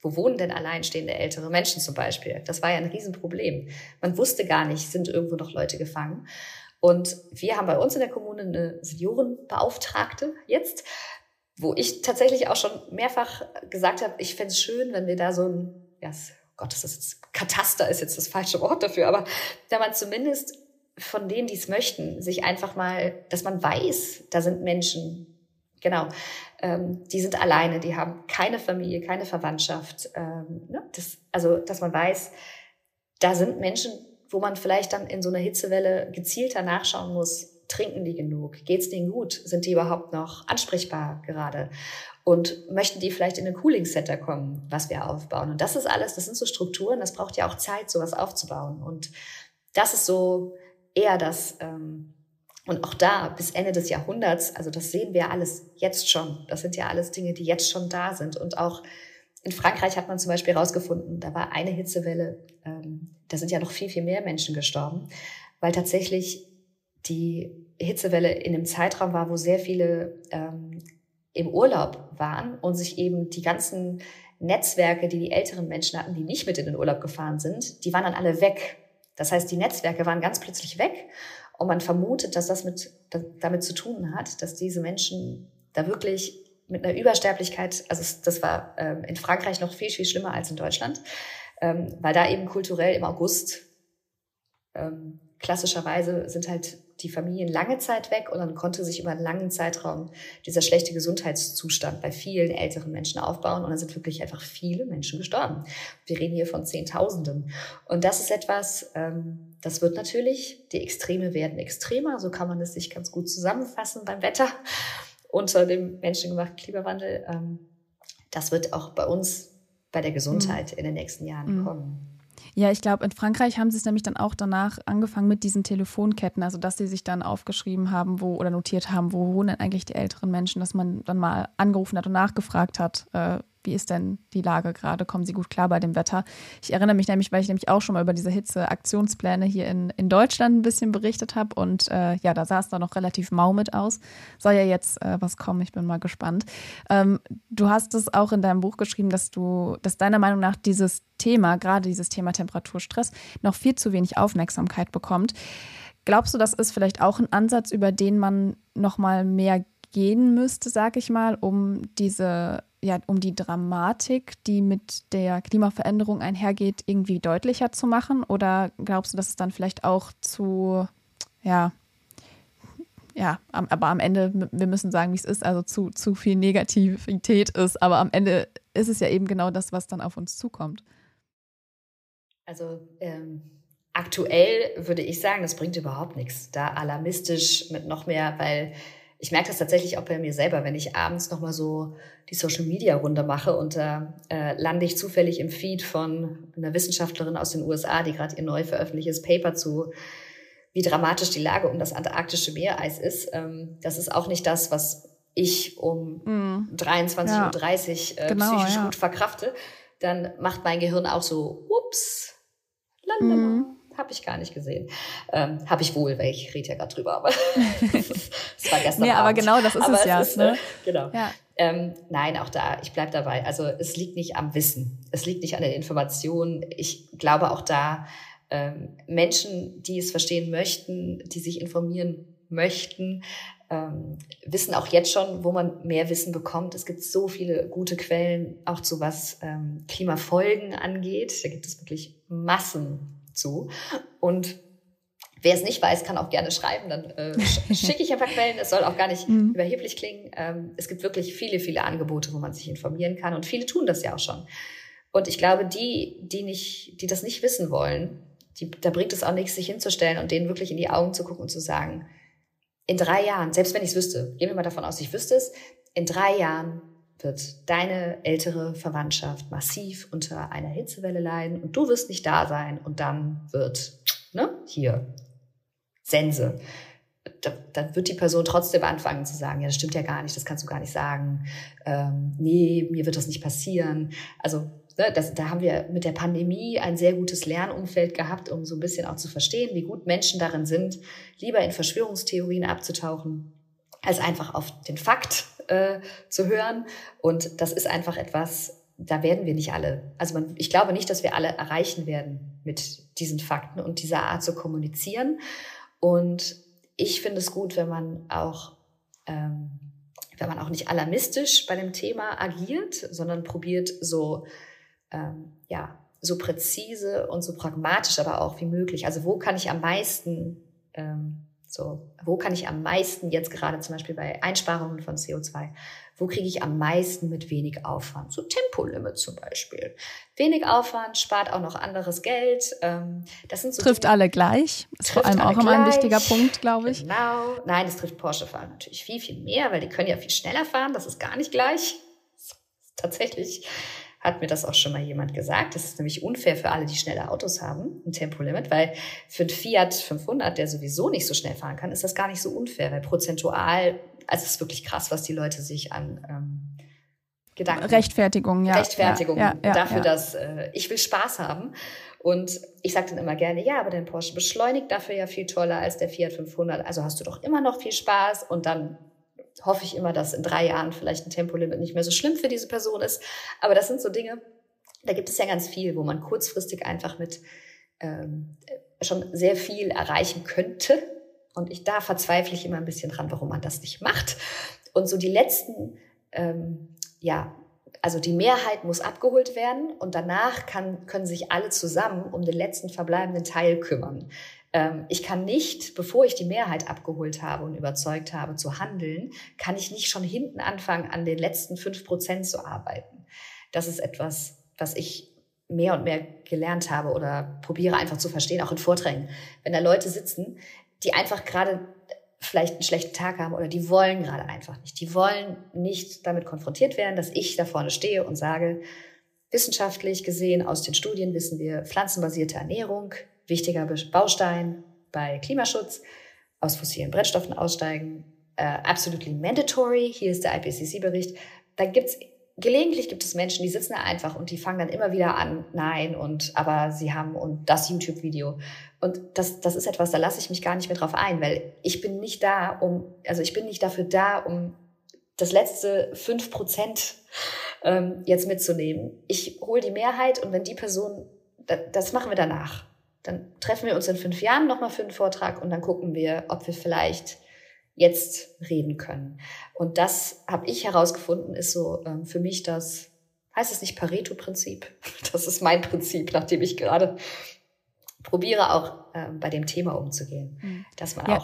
Speaker 3: Wo wohnen denn alleinstehende ältere Menschen zum Beispiel? Das war ja ein Riesenproblem. Man wusste gar nicht, sind irgendwo noch Leute gefangen. Und wir haben bei uns in der Kommune eine Seniorenbeauftragte jetzt, wo ich tatsächlich auch schon mehrfach gesagt habe, ich fände es schön, wenn wir da so ein, ja, Gott, das ist jetzt, Kataster ist jetzt das falsche Wort dafür, aber da man zumindest von denen, die es möchten, sich einfach mal, dass man weiß, da sind Menschen, genau, die sind alleine, die haben keine Familie, keine Verwandtschaft, also, dass man weiß, da sind Menschen, wo man vielleicht dann in so einer Hitzewelle gezielter nachschauen muss, trinken die genug? Geht's denen gut? Sind die überhaupt noch ansprechbar gerade? Und möchten die vielleicht in ein Cooling-Center kommen, was wir aufbauen? Und das ist alles, das sind so Strukturen, das braucht ja auch Zeit, sowas aufzubauen. Und das ist so eher das, und auch da bis Ende des Jahrhunderts, also das sehen wir alles jetzt schon. Das sind ja alles Dinge, die jetzt schon da sind. Und auch in Frankreich hat man zum Beispiel herausgefunden, da war eine Hitzewelle, da sind ja noch viel, viel mehr Menschen gestorben, weil tatsächlich die Hitzewelle in einem Zeitraum war, wo sehr viele im Urlaub waren und sich eben die ganzen Netzwerke, die älteren Menschen hatten, die nicht mit in den Urlaub gefahren sind, die waren dann alle weg. Das heißt, die Netzwerke waren ganz plötzlich weg und man vermutet, dass das damit zu tun hat, dass diese Menschen da wirklich mit einer Übersterblichkeit, also das war in Frankreich noch viel, viel schlimmer als in Deutschland, weil da eben kulturell im August klassischerweise sind halt die Familien lange Zeit weg und dann konnte sich über einen langen Zeitraum dieser schlechte Gesundheitszustand bei vielen älteren Menschen aufbauen und dann sind wirklich einfach viele Menschen gestorben. Wir reden hier von Zehntausenden. Und das ist etwas, das wird natürlich, die Extreme werden extremer, so kann man es sich ganz gut zusammenfassen beim Wetter unter dem menschengemachten Klimawandel. Das wird auch bei uns bei der Gesundheit in den nächsten Jahren kommen.
Speaker 2: Ja, ich glaube, in Frankreich haben sie es nämlich dann auch danach angefangen mit diesen Telefonketten, also dass sie sich dann aufgeschrieben haben, oder notiert haben, wo wohnen denn eigentlich die älteren Menschen, dass man dann mal angerufen hat und nachgefragt hat, wie ist denn die Lage gerade, kommen sie gut klar bei dem Wetter. Ich erinnere mich nämlich, weil ich nämlich auch schon mal über diese Hitze-Aktionspläne hier in Deutschland ein bisschen berichtet habe und ja, da sah es dann noch relativ mau mit aus. Soll ja jetzt was kommen, ich bin mal gespannt. Du hast es auch in deinem Buch geschrieben, dass deiner Meinung nach dieses Thema, gerade dieses Thema Temperaturstress, noch viel zu wenig Aufmerksamkeit bekommt. Glaubst du, das ist vielleicht auch ein Ansatz, über den man noch mal mehr gehen müsste, sag ich mal, um die Dramatik, die mit der Klimaveränderung einhergeht, irgendwie deutlicher zu machen? Oder glaubst du, dass es dann vielleicht auch aber am Ende, wir müssen sagen, wie es ist, also zu viel Negativität ist, aber am Ende ist es ja eben genau das, was dann auf uns zukommt.
Speaker 3: Also aktuell würde ich sagen, das bringt überhaupt nichts, da alarmistisch mit noch mehr, weil ich merke das tatsächlich auch bei mir selber, wenn ich abends nochmal so die Social-Media-Runde mache und da lande ich zufällig im Feed von einer Wissenschaftlerin aus den USA, die gerade ihr neu veröffentlichtes Paper zu, wie dramatisch die Lage um das antarktische Meereis ist. Das ist auch nicht das, was ich um 23:30 Uhr psychisch gut verkrafte. Dann macht mein Gehirn auch so, ups, lalala. Habe ich gar nicht gesehen. Habe ich wohl, weil ich rede ja gerade drüber, aber das war gestern Abend.
Speaker 2: Aber genau das ist aber es ja.
Speaker 3: Ist,
Speaker 2: ne?
Speaker 3: Genau. Ja. Nein, auch da, ich bleibe dabei. Also es liegt nicht am Wissen. Es liegt nicht an den Informationen. Ich glaube auch da, Menschen, die es verstehen möchten, die sich informieren möchten, wissen auch jetzt schon, wo man mehr Wissen bekommt. Es gibt so viele gute Quellen, auch zu was Klimafolgen angeht. Da gibt es wirklich Massen zu. Und wer es nicht weiß, kann auch gerne schreiben. Dann schicke ich ein paar Quellen. Es soll auch gar nicht überheblich klingen. Es gibt wirklich viele, viele Angebote, wo man sich informieren kann. Und viele tun das ja auch schon. Und ich glaube, die das nicht wissen wollen, da bringt es auch nichts, sich hinzustellen und denen wirklich in die Augen zu gucken und zu sagen, in 3 Jahren, selbst wenn ich es wüsste, gehen wir mal davon aus, ich wüsste es, in 3 Jahren wird deine ältere Verwandtschaft massiv unter einer Hitzewelle leiden und du wirst nicht da sein und dann wird, hier, Sense. Dann wird die Person trotzdem anfangen zu sagen, ja, das stimmt ja gar nicht, das kannst du gar nicht sagen. Nee, mir wird das nicht passieren. Also da haben wir mit der Pandemie ein sehr gutes Lernumfeld gehabt, um so ein bisschen auch zu verstehen, wie gut Menschen darin sind, lieber in Verschwörungstheorien abzutauchen, als einfach auf den Fakt zu hören. Und das ist einfach etwas, da werden wir nicht alle, also ich glaube nicht, dass wir alle erreichen werden mit diesen Fakten und dieser Art zu kommunizieren. Und ich finde es gut, wenn man auch nicht alarmistisch bei dem Thema agiert, sondern probiert so präzise und so pragmatisch aber auch wie möglich. Also wo kann ich am meisten jetzt gerade zum Beispiel bei Einsparungen von CO2, wo kriege ich am meisten mit wenig Aufwand? So Tempolimit zum Beispiel. Wenig Aufwand, spart auch noch anderes Geld. Das sind so
Speaker 2: trifft
Speaker 3: Dinge,
Speaker 2: alle gleich. Ist vor allem auch immer ein wichtiger Punkt, glaube ich.
Speaker 3: Genau. Nein, es trifft Porsche-Fahrer natürlich viel, viel mehr, weil die können ja viel schneller fahren. Das ist gar nicht gleich. Tatsächlich hat mir das auch schon mal jemand gesagt. Das ist nämlich unfair für alle, die schnelle Autos haben, ein Tempolimit, weil für einen Fiat 500, der sowieso nicht so schnell fahren kann, ist das gar nicht so unfair, weil prozentual, also es ist wirklich krass, was die Leute sich an Gedanken...
Speaker 2: Rechtfertigung
Speaker 3: dafür, dass ich will Spaß haben. Und ich sage dann immer gerne, ja, aber dein Porsche beschleunigt dafür ja viel toller als der Fiat 500, also hast du doch immer noch viel Spaß und dann hoffe ich immer, dass in 3 Jahren vielleicht ein Tempolimit nicht mehr so schlimm für diese Person ist. Aber das sind so Dinge, da gibt es ja ganz viel, wo man kurzfristig einfach mit schon sehr viel erreichen könnte. Und da verzweifle ich immer ein bisschen dran, warum man das nicht macht. Und so die letzten, also die Mehrheit muss abgeholt werden und danach können sich alle zusammen um den letzten verbleibenden Teil kümmern. Ich kann nicht, bevor ich die Mehrheit abgeholt habe und überzeugt habe zu handeln, kann ich nicht schon hinten anfangen, an den letzten 5% zu arbeiten. Das ist etwas, was ich mehr und mehr gelernt habe oder probiere einfach zu verstehen, auch in Vorträgen. Wenn da Leute sitzen, die einfach gerade vielleicht einen schlechten Tag haben oder die wollen gerade einfach nicht. Die wollen nicht damit konfrontiert werden, dass ich da vorne stehe und sage, wissenschaftlich gesehen aus den Studien wissen wir, pflanzenbasierte Ernährung, wichtiger Baustein bei Klimaschutz, aus fossilen Brennstoffen aussteigen, absolutely mandatory, hier ist der IPCC-Bericht. Gelegentlich gibt es Menschen, die sitzen da einfach und die fangen dann immer wieder an, aber sie haben und das YouTube-Video. Und das ist etwas, da lasse ich mich gar nicht mehr drauf ein, weil ich bin nicht dafür da, um das letzte 5% jetzt mitzunehmen. Ich hole die Mehrheit und wenn die Person, das machen wir danach. Dann treffen wir uns in 5 Jahren nochmal für einen Vortrag und dann gucken wir, ob wir vielleicht jetzt reden können. Und das habe ich herausgefunden, ist so für mich das, heißt es nicht Pareto-Prinzip? Das ist mein Prinzip, nachdem ich gerade probiere, auch bei dem Thema umzugehen. Dass man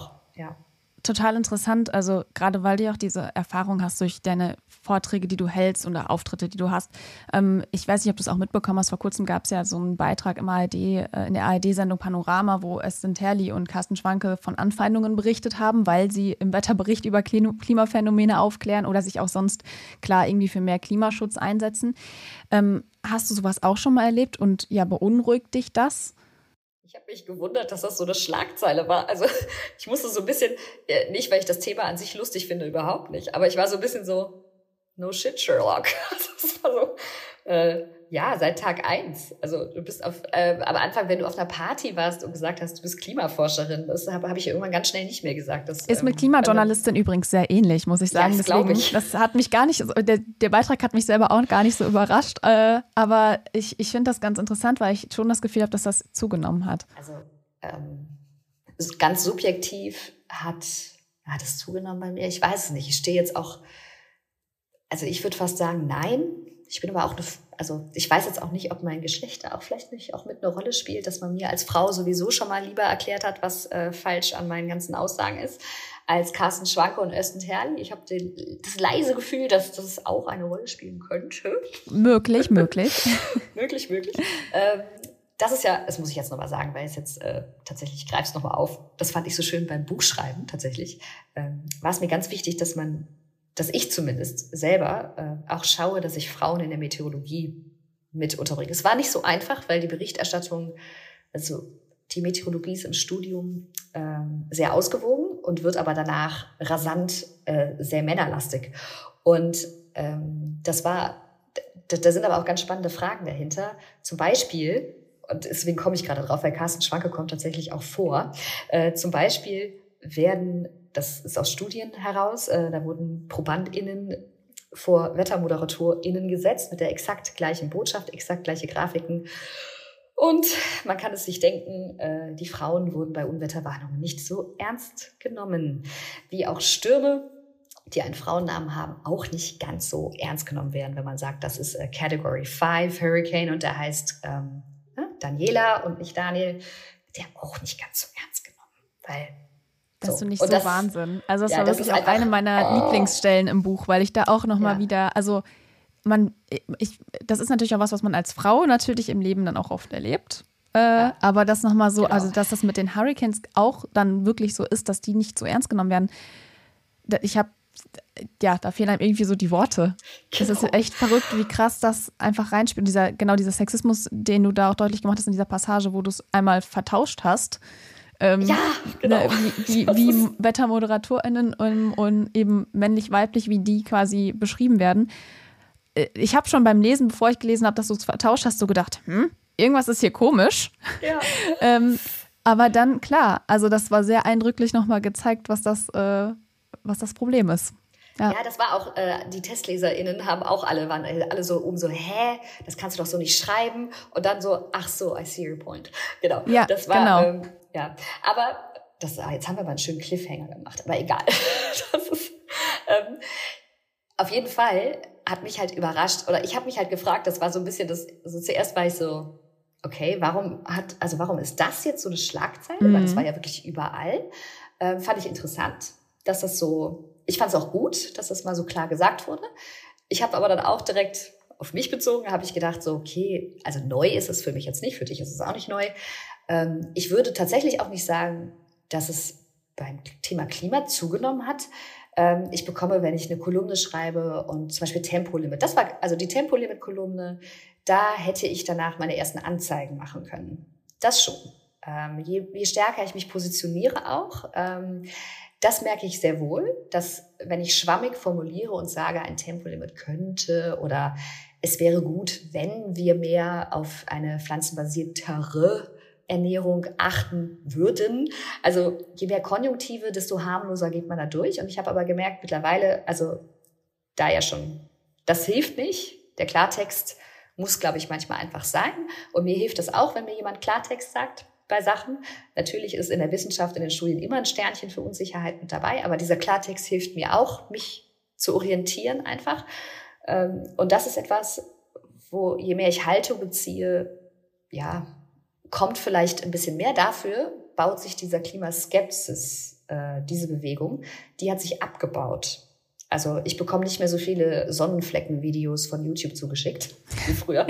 Speaker 2: Total interessant, also gerade weil du auch diese Erfahrung hast durch deine Vorträge, die du hältst oder Auftritte, die du hast. Ich weiß nicht, ob du es auch mitbekommen hast, vor kurzem gab es ja so einen Beitrag in der ARD-Sendung Panorama, wo Esten Terli und Carsten Schwanke von Anfeindungen berichtet haben, weil sie im Wetterbericht über Klimaphänomene aufklären oder sich auch sonst klar irgendwie für mehr Klimaschutz einsetzen. Hast du sowas auch schon mal erlebt und beunruhigt dich das?
Speaker 3: Ich habe mich gewundert, dass das so eine Schlagzeile war. Also ich musste so ein bisschen, nicht weil ich das Thema an sich lustig finde, überhaupt nicht, aber ich war so ein bisschen so, no shit, Sherlock. Das war so, seit Tag 1. Also du bist am Anfang, wenn du auf einer Party warst und gesagt hast, du bist Klimaforscherin, das habe ich irgendwann ganz schnell nicht mehr gesagt.
Speaker 2: Ist mit Klimajournalistin übrigens sehr ähnlich, muss ich sagen.
Speaker 3: Ja, das
Speaker 2: Deswegen, das hat mich gar nicht, der Beitrag hat mich selber auch gar nicht so überrascht, aber ich finde das ganz interessant, weil ich schon das Gefühl habe, dass das zugenommen hat.
Speaker 3: Also ganz subjektiv hat es zugenommen bei mir. Ich weiß es nicht. Ich stehe jetzt auch, also ich würde fast sagen, nein. Ich bin aber auch ich weiß jetzt auch nicht, ob mein Geschlecht da auch vielleicht nicht auch mit eine Rolle spielt, dass man mir als Frau sowieso schon mal lieber erklärt hat, was falsch an meinen ganzen Aussagen ist, als Carsten Schwanke und Esten Terli. Ich habe das leise Gefühl, dass das auch eine Rolle spielen könnte.
Speaker 2: Möglich.
Speaker 3: möglich. Das ist ja, das muss ich jetzt nochmal sagen, weil es jetzt tatsächlich, ich greife es nochmal auf, das fand ich so schön beim Buchschreiben tatsächlich, war es mir ganz wichtig, dass ich zumindest selber auch schaue, dass ich Frauen in der Meteorologie mit unterbringe. Es war nicht so einfach, weil die Berichterstattung, also die Meteorologie ist im Studium sehr ausgewogen und wird aber danach rasant sehr männerlastig. Und da sind aber auch ganz spannende Fragen dahinter. Zum Beispiel, und deswegen komme ich gerade drauf, weil Carsten Schwanke kommt tatsächlich auch vor, zum Beispiel das ist aus Studien heraus, da wurden ProbandInnen vor WettermoderatorInnen gesetzt mit der exakt gleichen Botschaft, exakt gleiche Grafiken. Und man kann es sich denken, die Frauen wurden bei Unwetterwarnungen nicht so ernst genommen. Wie auch Stürme, die einen Frauennamen haben, auch nicht ganz so ernst genommen werden, wenn man sagt, das ist Category 5 Hurricane und der heißt Daniela und nicht Daniel, der auch nicht ganz so ernst genommen. Weil
Speaker 2: das ist nicht so Wahnsinn. Also das war wirklich auch eine meiner Lieblingsstellen im Buch, weil ich da auch nochmal wieder, also das ist natürlich auch was man als Frau natürlich im Leben dann auch oft erlebt. Aber das nochmal so, also dass das mit den Hurricanes auch dann wirklich so ist, dass die nicht so ernst genommen werden. Da fehlen einem irgendwie so die Worte. Das ist echt verrückt, wie krass das einfach reinspielt. Dieser Sexismus, den du da auch deutlich gemacht hast in dieser Passage, wo du es einmal vertauscht hast. Wie WettermoderatorInnen und eben männlich-weiblich, wie die quasi beschrieben werden. Ich habe schon beim Lesen, bevor ich gelesen habe, dass du es vertauscht hast, so gedacht, irgendwas ist hier komisch. Ja. Aber dann, klar, also das war sehr eindrücklich nochmal gezeigt, was das Problem ist.
Speaker 3: Ja, das war auch, die TestleserInnen waren alle so das kannst du doch so nicht schreiben. Und dann so, ach so, I see your point. Genau.
Speaker 2: Ja,
Speaker 3: das war,
Speaker 2: genau.
Speaker 3: Aber jetzt haben wir mal einen schönen Cliffhanger gemacht, aber egal. Das ist, auf jeden Fall hat mich halt überrascht, oder ich habe mich halt gefragt, das war so ein bisschen zuerst war ich so, okay, warum ist das jetzt so eine Schlagzeile? Weil das war ja wirklich überall. Fand ich interessant, dass das so, ich fand es auch gut, dass das mal so klar gesagt wurde. Ich habe aber dann auch direkt auf mich bezogen, habe ich gedacht, so, okay, also neu ist es für mich jetzt nicht, für dich ist es auch nicht neu. Ich würde tatsächlich auch nicht sagen, dass es beim Thema Klima zugenommen hat. Ich bekomme, wenn ich eine Kolumne schreibe und zum Beispiel Tempolimit, das war also die Tempolimit-Kolumne, da hätte ich danach meine ersten Anzeigen machen können. Das schon. Je stärker ich mich positioniere auch, das merke ich sehr wohl, dass wenn ich schwammig formuliere und sage, ein Tempolimit könnte oder es wäre gut, wenn wir mehr auf eine pflanzenbasiertere Ernährung achten würden. Also je mehr Konjunktive, desto harmloser geht man da durch. Und ich habe aber gemerkt mittlerweile, also da ja schon, das hilft nicht. Der Klartext muss, glaube ich, manchmal einfach sein. Und mir hilft das auch, wenn mir jemand Klartext sagt bei Sachen. Natürlich ist in der Wissenschaft, in den Studien immer ein Sternchen für Unsicherheit mit dabei. Aber dieser Klartext hilft mir auch, mich zu orientieren einfach. Und das ist etwas, wo je mehr ich Haltung beziehe, ja, kommt vielleicht ein bisschen mehr dafür, baut sich dieser Klimaskepsis, diese Bewegung, die hat sich abgebaut. Also ich bekomme nicht mehr so viele Sonnenflecken-Videos von YouTube zugeschickt wie früher.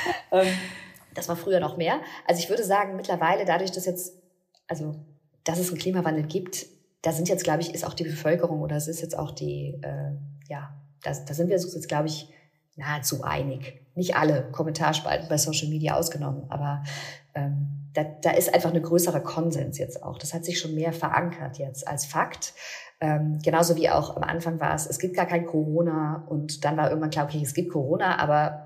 Speaker 3: Das war früher noch mehr. Also ich würde sagen, mittlerweile dadurch, dass es einen Klimawandel gibt, da sind jetzt, glaube ich, ist auch die Bevölkerung oder es ist jetzt auch die, da sind wir uns jetzt, glaube ich, nahezu einig. Nicht alle Kommentarspalten bei Social Media ausgenommen, aber da ist einfach eine größere Konsens jetzt auch. Das hat sich schon mehr verankert jetzt als Fakt. Genauso wie auch am Anfang war es gibt gar kein Corona und dann war irgendwann klar, okay, es gibt Corona, aber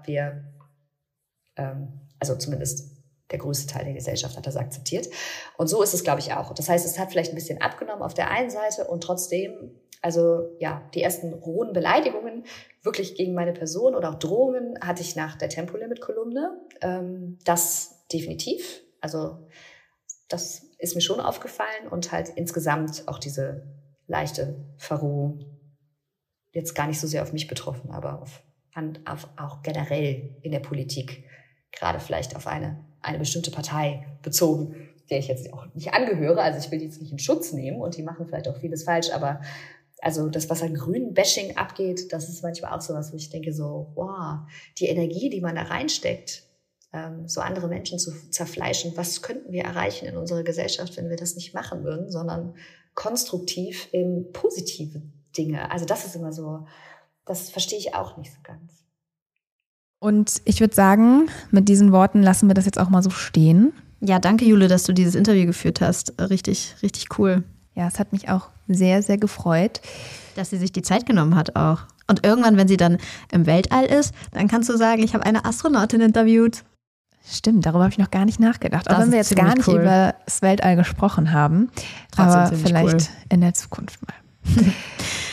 Speaker 3: also zumindest der größte Teil der Gesellschaft hat das akzeptiert. Und so ist es, glaube ich, auch. Das heißt, es hat vielleicht ein bisschen abgenommen auf der einen Seite und trotzdem, also ja, die ersten rohen Beleidigungen wirklich gegen meine Person oder auch Drohungen hatte ich nach der Tempolimit-Kolumne. Das definitiv. Also das ist mir schon aufgefallen und halt insgesamt auch diese leichte Verrohung, jetzt gar nicht so sehr auf mich betroffen, aber auf auch generell in der Politik, gerade vielleicht auf eine bestimmte Partei bezogen, der ich jetzt auch nicht angehöre. Also ich will die jetzt nicht in Schutz nehmen und die machen vielleicht auch vieles falsch, aber also das, was an grünen Bashing abgeht, das ist manchmal auch so was, wo ich denke so, wow, die Energie, die man da reinsteckt, so andere Menschen zu zerfleischen, was könnten wir erreichen in unserer Gesellschaft, wenn wir das nicht machen würden, sondern konstruktiv in positive Dinge. Also das ist immer so, das verstehe ich auch nicht so ganz.
Speaker 2: Und ich würde sagen, mit diesen Worten lassen wir das jetzt auch mal so stehen.
Speaker 1: Ja, danke Jule, dass du dieses Interview geführt hast. Richtig, richtig cool.
Speaker 2: Ja, es hat mich auch sehr, sehr gefreut.
Speaker 1: Dass sie sich die Zeit genommen hat auch. Und irgendwann, wenn sie dann im Weltall ist, dann kannst du sagen, ich habe eine Astronautin interviewt.
Speaker 2: Stimmt, darüber habe ich noch gar nicht nachgedacht. Auch wenn wir jetzt gar nicht über das Weltall gesprochen haben. Aber vielleicht in der Zukunft mal.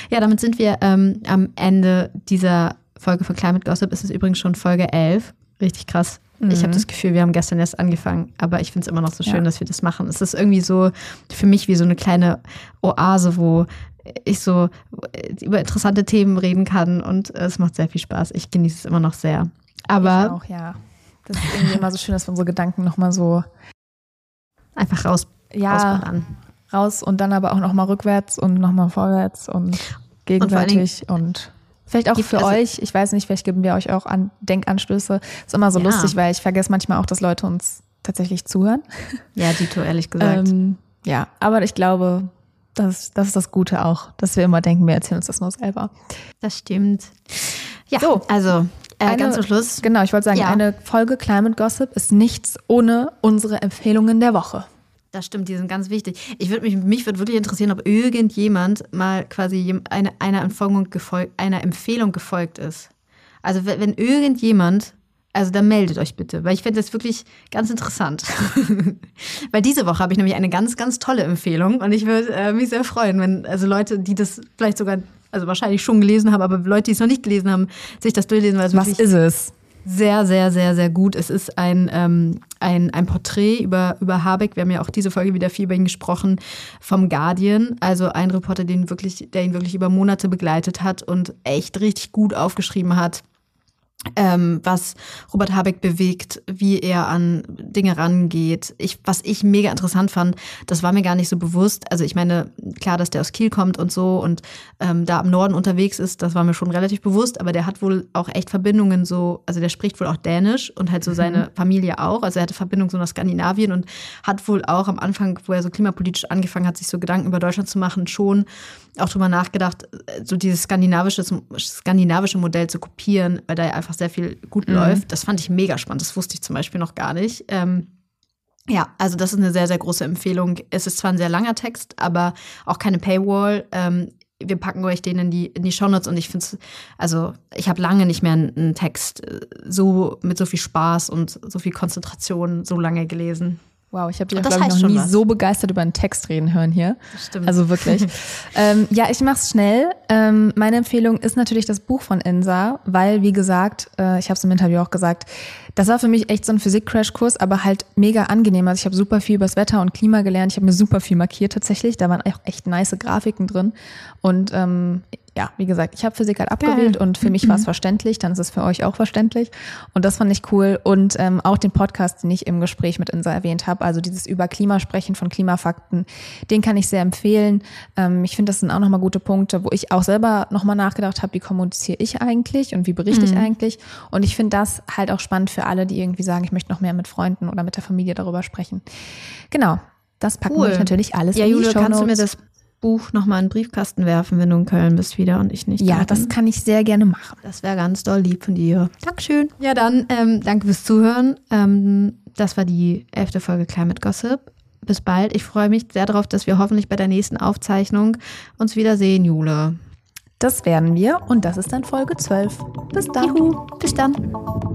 Speaker 1: Ja, damit sind wir am Ende dieser Folge von Climate Gossip. Es ist übrigens schon Folge 11. Richtig krass. Ich habe das Gefühl, wir haben gestern erst angefangen, aber ich finde es immer noch so schön, dass wir das machen. Es ist irgendwie so für mich wie so eine kleine Oase, wo ich so über interessante Themen reden kann und es macht sehr viel Spaß. Ich genieße es immer noch sehr. Aber
Speaker 2: ich auch, ja. Das ist irgendwie immer so schön, dass wir unsere Gedanken nochmal so
Speaker 1: einfach rausballern.
Speaker 2: Raus und dann aber auch nochmal rückwärts und nochmal vorwärts und gegenseitig und vielleicht auch für euch, ich weiß nicht, vielleicht geben wir euch auch Denkanstöße. Ist immer so lustig, weil ich vergesse manchmal auch, dass Leute uns tatsächlich zuhören.
Speaker 1: Ja, Dito, ehrlich gesagt.
Speaker 2: Ja, aber ich glaube, das ist das Gute auch, dass wir immer denken, wir erzählen uns das nur selber.
Speaker 1: Das stimmt. Ja, so, also ganz zum Schluss.
Speaker 2: Genau, ich wollte sagen, eine Folge Climate Gossip ist nichts ohne unsere Empfehlungen der Woche.
Speaker 1: Das stimmt, die sind ganz wichtig. Mich würde wirklich interessieren, ob irgendjemand mal quasi einer Empfehlung gefolgt ist. Also wenn irgendjemand, also dann meldet euch bitte, weil ich finde das wirklich ganz interessant. Weil diese Woche habe ich nämlich eine ganz, ganz tolle Empfehlung und ich würde mich sehr freuen, wenn also Leute, die das vielleicht sogar, also wahrscheinlich schon gelesen haben, aber Leute, die es noch nicht gelesen haben, sich das durchlesen. Weil es
Speaker 2: Was ist es?
Speaker 1: Sehr, sehr, sehr, sehr gut. Es ist ein Porträt über Habeck. Wir haben ja auch diese Folge wieder viel über ihn gesprochen, vom Guardian. Also ein Reporter, der ihn wirklich über Monate begleitet hat und echt richtig gut aufgeschrieben hat, was Robert Habeck bewegt, wie er an Dinge rangeht. Was ich mega interessant fand, das war mir gar nicht so bewusst. Also ich meine, klar, dass der aus Kiel kommt und so und da im Norden unterwegs ist, das war mir schon relativ bewusst, aber der hat wohl auch echt Verbindungen so, also der spricht wohl auch Dänisch und halt so seine Familie auch. Also er hatte Verbindungen so nach Skandinavien und hat wohl auch am Anfang, wo er so klimapolitisch angefangen hat, sich so Gedanken über Deutschland zu machen, schon auch drüber nachgedacht, so dieses skandinavische Modell zu kopieren, weil da ja einfach sehr viel gut läuft. Das fand ich mega spannend. Das wusste ich zum Beispiel noch gar nicht. Ja, also das ist eine sehr, sehr große Empfehlung. Es ist zwar ein sehr langer Text, aber auch keine Paywall. Wir packen euch den in die Shownotes und ich finde es, also ich habe lange nicht mehr einen Text so mit so viel Spaß und so viel Konzentration so lange gelesen.
Speaker 2: Wow, ich habe dich, glaube ich, noch nie so begeistert über einen Text reden hören hier.
Speaker 1: Das stimmt.
Speaker 2: Also wirklich. Ja, ich mach's schnell. Meine Empfehlung ist natürlich das Buch von Insa, weil, wie gesagt, ich habe es im Interview auch gesagt, das war für mich echt so ein Physik-Crash-Kurs, aber halt mega angenehm. Also ich habe super viel über das Wetter und Klima gelernt. Ich habe mir super viel markiert tatsächlich. Da waren auch echt nice Grafiken drin. Und ja, wie gesagt, ich habe Physik halt abgewählt und für mich war es verständlich, dann ist es für euch auch verständlich. Und das fand ich cool. Und auch den Podcast, den ich im Gespräch mit Insa erwähnt habe, also dieses über Klimasprechen von Klimafakten, den kann ich sehr empfehlen. Ich finde, das sind auch nochmal gute Punkte, wo ich auch selber nochmal nachgedacht habe, wie kommuniziere ich eigentlich und wie berichte ich eigentlich. Und ich finde das halt auch spannend für alle, die irgendwie sagen, ich möchte noch mehr mit Freunden oder mit der Familie darüber sprechen. Genau, das packen wir natürlich alles in die
Speaker 1: Julia,
Speaker 2: Shownotes.
Speaker 1: kannst du mir das Buch nochmal in den Briefkasten werfen, wenn du in Köln bist wieder und ich nicht?
Speaker 2: Ja, das kann ich sehr gerne machen.
Speaker 1: Das wäre ganz doll lieb von dir. Dankeschön. Ja, dann danke fürs Zuhören. Das war die 11. Folge Climate Gossip. Bis bald. Ich freue mich sehr darauf, dass wir hoffentlich bei der nächsten Aufzeichnung uns wiedersehen, Jule.
Speaker 2: Das werden wir und das ist dann Folge 12. Bis dann.
Speaker 1: Juhu, bis dann.